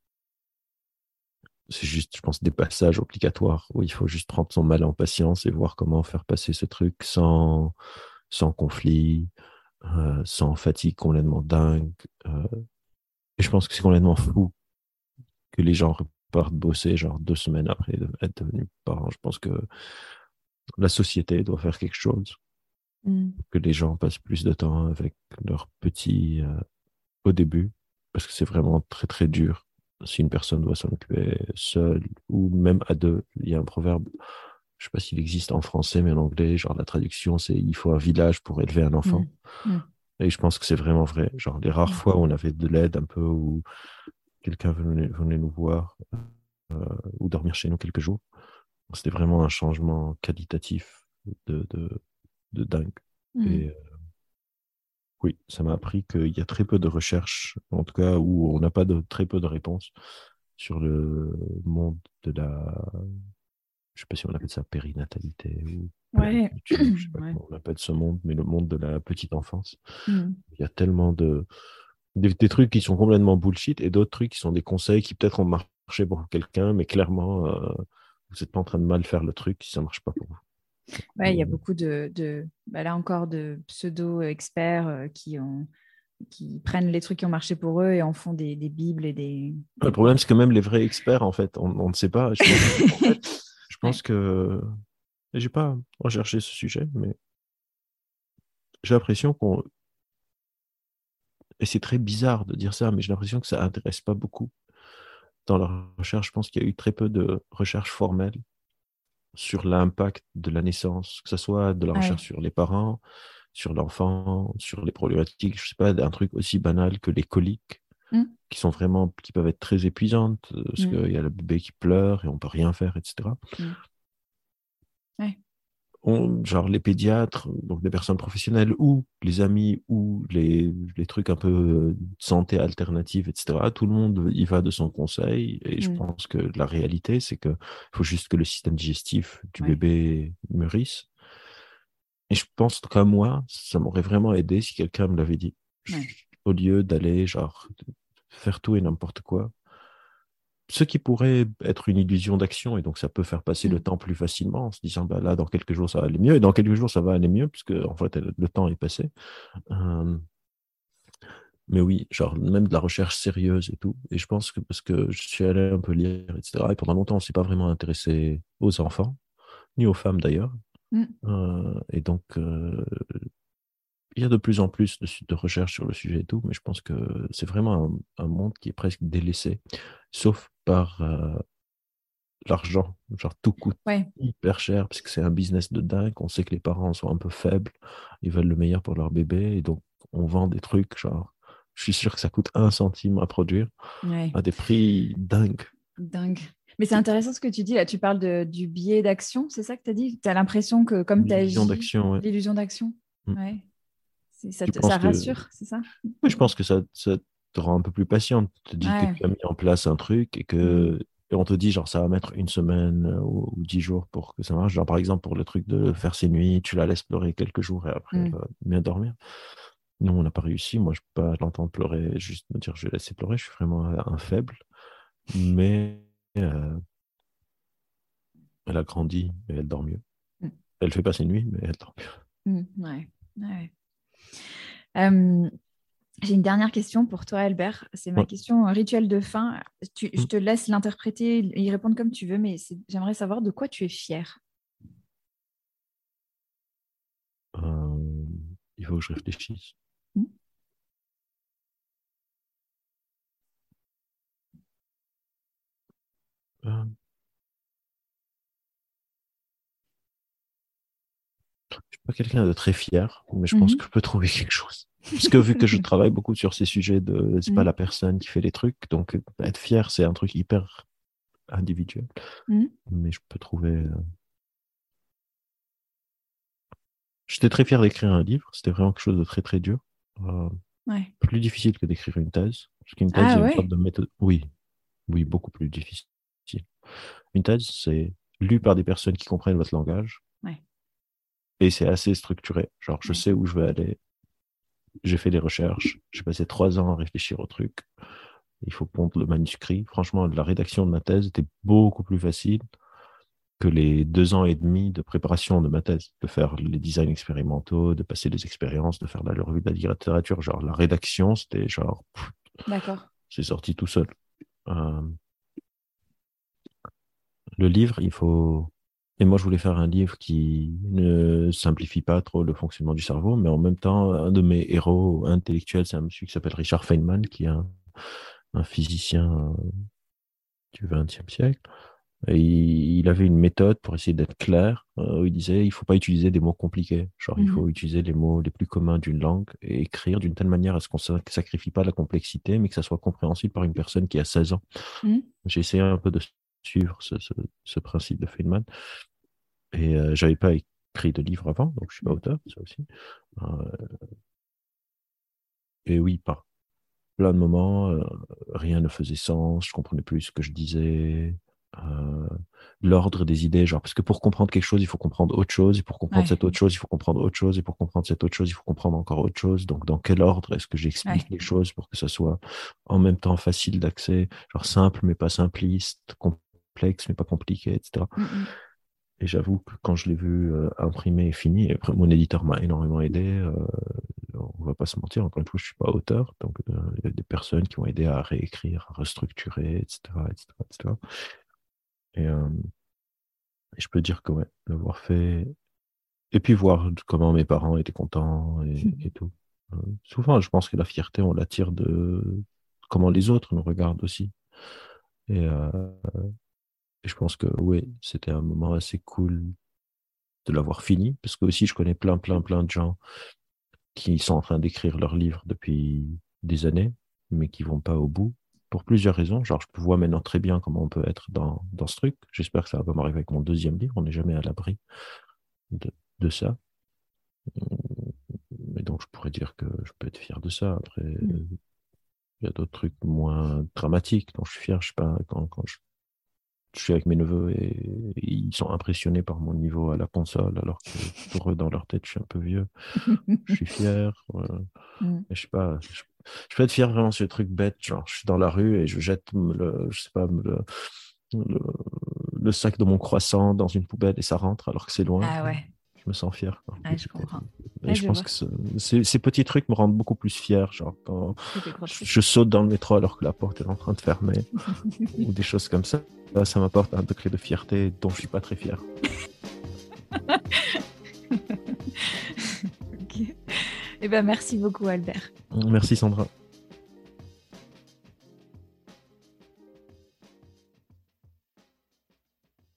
[SPEAKER 2] c'est juste, je pense, des passages obligatoires où il faut juste prendre son mal en patience et voir comment faire passer ce truc sans, sans conflit, euh, sans fatigue complètement dingue. Euh, et je pense que c'est complètement fou que les gens repartent bosser genre deux semaines après de- être devenus parents. Je pense que la société doit faire quelque chose,
[SPEAKER 1] Mm.
[SPEAKER 2] que les gens passent plus de temps avec leurs petits euh, au début, parce que c'est vraiment très très dur si une personne doit s'en occuper seule ou même à deux. Il y a un proverbe, je sais pas s'il existe en français, mais en anglais, genre la traduction, c'est il faut un village pour élever un
[SPEAKER 1] Mm.
[SPEAKER 2] enfant.
[SPEAKER 1] Mm.
[SPEAKER 2] Et je pense que c'est vraiment vrai. Genre les rares
[SPEAKER 1] Mm.
[SPEAKER 2] fois où on avait de l'aide un peu, où quelqu'un venait, venait nous voir euh, ou dormir chez nous quelques jours, c'était vraiment un changement qualitatif de, de, de dingue.
[SPEAKER 1] Mm.
[SPEAKER 2] Et euh, oui, ça m'a appris qu'il y a très peu de recherches, en tout cas où on n'a pas de très peu de réponses sur le monde de la, je sais pas si on appelle ça périnatalité ou
[SPEAKER 1] Ouais.
[SPEAKER 2] périculture, je sais pas
[SPEAKER 1] Ouais.
[SPEAKER 2] comment on appelle ce monde, mais le monde de la petite enfance.
[SPEAKER 1] Mm.
[SPEAKER 2] Il y a tellement de des, des trucs qui sont complètement bullshit et d'autres trucs qui sont des conseils qui peut-être ont marché pour quelqu'un, mais clairement euh, vous n'êtes pas en train de mal faire le truc si ça marche pas pour
[SPEAKER 1] Ouais, il y a
[SPEAKER 2] vous.
[SPEAKER 1] beaucoup de, de bah là encore, de pseudo-experts euh, qui ont, qui prennent les trucs qui ont marché pour eux et en font des, des bibles et des,
[SPEAKER 2] Le
[SPEAKER 1] des...
[SPEAKER 2] problème, c'est que même les vrais experts, en fait, on, on ne sait pas. Je pense, en fait, je
[SPEAKER 1] Ouais.
[SPEAKER 2] pense que j'ai pas recherché ce sujet, mais j'ai l'impression qu'on, et c'est très bizarre de dire ça, mais j'ai l'impression que ça intéresse pas beaucoup dans la recherche. Je pense qu'il y a eu très peu de recherches formelles sur l'impact de la naissance, que ce soit de la
[SPEAKER 1] Ah
[SPEAKER 2] recherche
[SPEAKER 1] ouais.
[SPEAKER 2] sur les parents, sur l'enfant, sur les problématiques, je sais pas, un truc aussi banal que les coliques,
[SPEAKER 1] Mm.
[SPEAKER 2] qui sont vraiment, qui peuvent être très épuisantes, euh, parce
[SPEAKER 1] Mm.
[SPEAKER 2] qu'il y a le bébé qui pleure et on peut rien faire, et cetera.
[SPEAKER 1] Mm. Ouais.
[SPEAKER 2] On, genre les pédiatres, donc des personnes professionnelles, ou les amis, ou les, les trucs un peu euh, de santé alternative, et cetera. Tout le monde y va de son conseil. Et je
[SPEAKER 1] Mm.
[SPEAKER 2] pense que la réalité, c'est que faut juste que le système digestif du
[SPEAKER 1] Ouais.
[SPEAKER 2] bébé mûrisse. Et je pense qu'à moi, ça m'aurait vraiment aidé si quelqu'un me l'avait dit. Je-
[SPEAKER 1] Ouais.
[SPEAKER 2] Au lieu d'aller, genre, faire tout et n'importe quoi. ce qui pourrait être une illusion d'action, et donc ça peut faire passer
[SPEAKER 1] Mm.
[SPEAKER 2] le temps plus facilement en se disant, bah, là, dans quelques jours, ça va aller mieux, et dans quelques jours, ça va aller mieux, puisque en fait, le temps est passé. Euh, mais oui, genre même de la recherche sérieuse et tout. Et je pense que parce que je suis allé un peu lire, et cetera. Et pendant longtemps, on ne s'est pas vraiment intéressé aux enfants, ni aux femmes d'ailleurs.
[SPEAKER 1] Mm.
[SPEAKER 2] Euh, et donc, euh, il y a de plus en plus de, de recherches sur le sujet et tout, mais je pense que c'est vraiment un, un monde qui est presque délaissé, sauf par euh, l'argent. Genre, tout coûte
[SPEAKER 1] Ouais.
[SPEAKER 2] hyper cher, parce que c'est un business de dingue. On sait que les parents sont un peu faibles, ils veulent le meilleur pour leur bébé, et donc on vend des trucs, genre, je suis sûr que ça coûte un centime à produire,
[SPEAKER 1] Ouais.
[SPEAKER 2] à des prix dingues.
[SPEAKER 1] Dingue. Mais c'est intéressant ce que tu dis là. Tu parles de, du biais d'action, c'est ça que tu as dit? Tu as l'impression que comme tu
[SPEAKER 2] L'illusion
[SPEAKER 1] agis,
[SPEAKER 2] d'action, ouais.
[SPEAKER 1] l'illusion d'action.
[SPEAKER 2] Mm.
[SPEAKER 1] Ouais. C'est- Ça,
[SPEAKER 2] Tu
[SPEAKER 1] te- ça
[SPEAKER 2] penses que...
[SPEAKER 1] rassure, c'est ça?
[SPEAKER 2] Oui, je pense que ça, ça te rend un peu plus patient. Tu te dis que
[SPEAKER 1] Ouais.
[SPEAKER 2] tu as mis en place un truc et
[SPEAKER 1] Mm.
[SPEAKER 2] que et on te dit, genre, ça va mettre une semaine euh, ou, ou dix jours pour que ça marche. Genre, par exemple, pour le truc de faire ses nuits, tu la laisses pleurer quelques jours et après, elle
[SPEAKER 1] Mm.
[SPEAKER 2] va bien dormir. Nous, on n'a pas réussi. Moi, je peux pas l'entendre pleurer, juste me dire, je vais laisser pleurer. Je suis vraiment un, un faible. Mais euh, elle a grandi et elle dort mieux.
[SPEAKER 1] Mm.
[SPEAKER 2] Elle fait pas ses nuits, mais elle dort mieux.
[SPEAKER 1] Mm. Ouais. Ouais. Euh, j'ai une dernière question pour toi, Albert. C'est ma
[SPEAKER 2] Ouais.
[SPEAKER 1] question euh, rituel de fin. Tu- je
[SPEAKER 2] Mm.
[SPEAKER 1] te laisse l'interpréter, y répondre comme tu veux, mais c'est- j'aimerais savoir de quoi tu es fier.
[SPEAKER 2] Euh, il faut que je réfléchisse.
[SPEAKER 1] Mm.
[SPEAKER 2] Euh, Je suis pas quelqu'un de très fier, mais je pense
[SPEAKER 1] Mhm.
[SPEAKER 2] que je peux trouver quelque chose. Parce que vu que je travaille beaucoup sur ces sujets de c'est pas
[SPEAKER 1] Mhm.
[SPEAKER 2] la personne qui fait les trucs, donc être fier, c'est un truc hyper individuel.
[SPEAKER 1] Mhm.
[SPEAKER 2] Mais je peux trouver. euh, J'étais très fier d'écrire un livre, c'était vraiment quelque chose de très très dur. Euh,
[SPEAKER 1] Ouais.
[SPEAKER 2] plus difficile que d'écrire une thèse. Parce qu'une thèse, il
[SPEAKER 1] Ah
[SPEAKER 2] y a une sorte
[SPEAKER 1] ouais?
[SPEAKER 2] de méthode. Oui, oui, beaucoup plus difficile. Une thèse, c'est lu par des personnes qui comprennent votre langage
[SPEAKER 1] Ouais.
[SPEAKER 2] et c'est assez structuré. Genre, je
[SPEAKER 1] Ouais.
[SPEAKER 2] sais où je vais aller, j'ai fait des recherches, j'ai passé trois ans à réfléchir au truc. Il faut pondre le manuscrit. Franchement, la rédaction de ma thèse était beaucoup plus facile que les deux ans et demi de préparation de ma thèse, de faire les designs expérimentaux, de passer des expériences, de faire la revue de la littérature. Genre, la rédaction, c'était genre, pff,
[SPEAKER 1] D'accord.
[SPEAKER 2] c'est sorti tout seul. Euh, le livre, il faut. Et moi, je voulais faire un livre qui ne simplifie pas trop le fonctionnement du cerveau, mais en même temps, un de mes héros intellectuels, c'est un monsieur qui s'appelle Richard Feynman, qui est un, un physicien euh, du vingtième siècle. Et il il avait une méthode pour essayer d'être clair, euh, où il disait il faut pas utiliser des mots compliqués. Genre, il faut
[SPEAKER 1] Mhm.
[SPEAKER 2] utiliser les mots les plus communs d'une langue et écrire d'une telle manière à ce qu'on ne sacrifie pas la complexité, mais que ça soit compréhensible par une personne qui a seize ans.
[SPEAKER 1] Mhm.
[SPEAKER 2] J'ai essayé un peu de suivre ce, ce, ce principe de Feynman. Et euh, j'avais pas écrit de livre avant, donc je suis pas auteur, ça aussi. Euh, et oui, par plein de moments, euh, rien ne faisait sens, je comprenais plus ce que je disais. Euh, L'ordre des idées, genre, parce que pour comprendre quelque chose, il faut comprendre autre chose, et pour comprendre
[SPEAKER 1] Ouais.
[SPEAKER 2] cette autre chose, il faut comprendre autre chose, et pour comprendre cette autre chose, il faut comprendre encore autre chose. Donc, dans quel ordre est-ce que j'explique
[SPEAKER 1] Ouais.
[SPEAKER 2] les choses pour que ça soit en même temps facile d'accès, genre simple mais pas simpliste, complexe mais pas compliqué, et cetera.
[SPEAKER 1] Mhm.
[SPEAKER 2] Et j'avoue que quand je l'ai vu euh, imprimé et fini, et après, mon éditeur m'a énormément aidé. Euh, on va pas se mentir, encore une fois, je suis pas auteur, donc euh, il y a des personnes qui m'ont aidé à réécrire, à restructurer, et cetera, et cetera, et cetera. Et, euh, et je peux dire que ouais, l'avoir fait, et puis voir comment mes parents étaient contents et, et tout. Euh, souvent, je pense que la fierté, on l'attire de comment les autres nous regardent aussi. Et, euh, et je pense que oui, c'était un moment assez cool de l'avoir fini, parce que aussi je connais plein, plein, plein de gens qui sont en train d'écrire leurs livres depuis des années, mais qui vont pas au bout, pour plusieurs raisons. Genre, je vois maintenant très bien comment on peut être dans, dans ce truc. J'espère que ça va pas m'arriver avec mon deuxième livre. On n'est jamais à l'abri de, de ça. Mais donc, je pourrais dire que je peux être fier de ça. Après,
[SPEAKER 1] Mhm.
[SPEAKER 2] il y a d'autres trucs moins dramatiques dont je suis fier. Je sais pas, quand, quand je, je suis avec mes neveux et, et ils sont impressionnés par mon niveau à la console, alors que pour eux, dans leur tête, je suis un peu vieux. Je suis fier. Euh,
[SPEAKER 1] Mhm.
[SPEAKER 2] je sais pas. je peux être fier vraiment sur des trucs bêtes, genre je suis dans la rue et je jette le, je sais pas, le, le, le sac de mon croissant dans une poubelle et ça rentre alors que c'est loin.
[SPEAKER 1] Ah ouais.
[SPEAKER 2] Je me sens fier, quoi.
[SPEAKER 1] Ouais, je comprends.
[SPEAKER 2] Et
[SPEAKER 1] Ouais,
[SPEAKER 2] je
[SPEAKER 1] je
[SPEAKER 2] pense
[SPEAKER 1] vois.
[SPEAKER 2] que ce- ces, ces petits trucs me rendent beaucoup plus fier, genre quand
[SPEAKER 1] C'est des gros
[SPEAKER 2] je,
[SPEAKER 1] trucs.
[SPEAKER 2] je saute dans le métro alors que la porte est en train de fermer ou des choses comme ça. Ça, ça m'apporte un degré de fierté dont je suis pas très fier.
[SPEAKER 1] Ok. Eh ben, merci beaucoup, Albert.
[SPEAKER 2] Merci Sandra.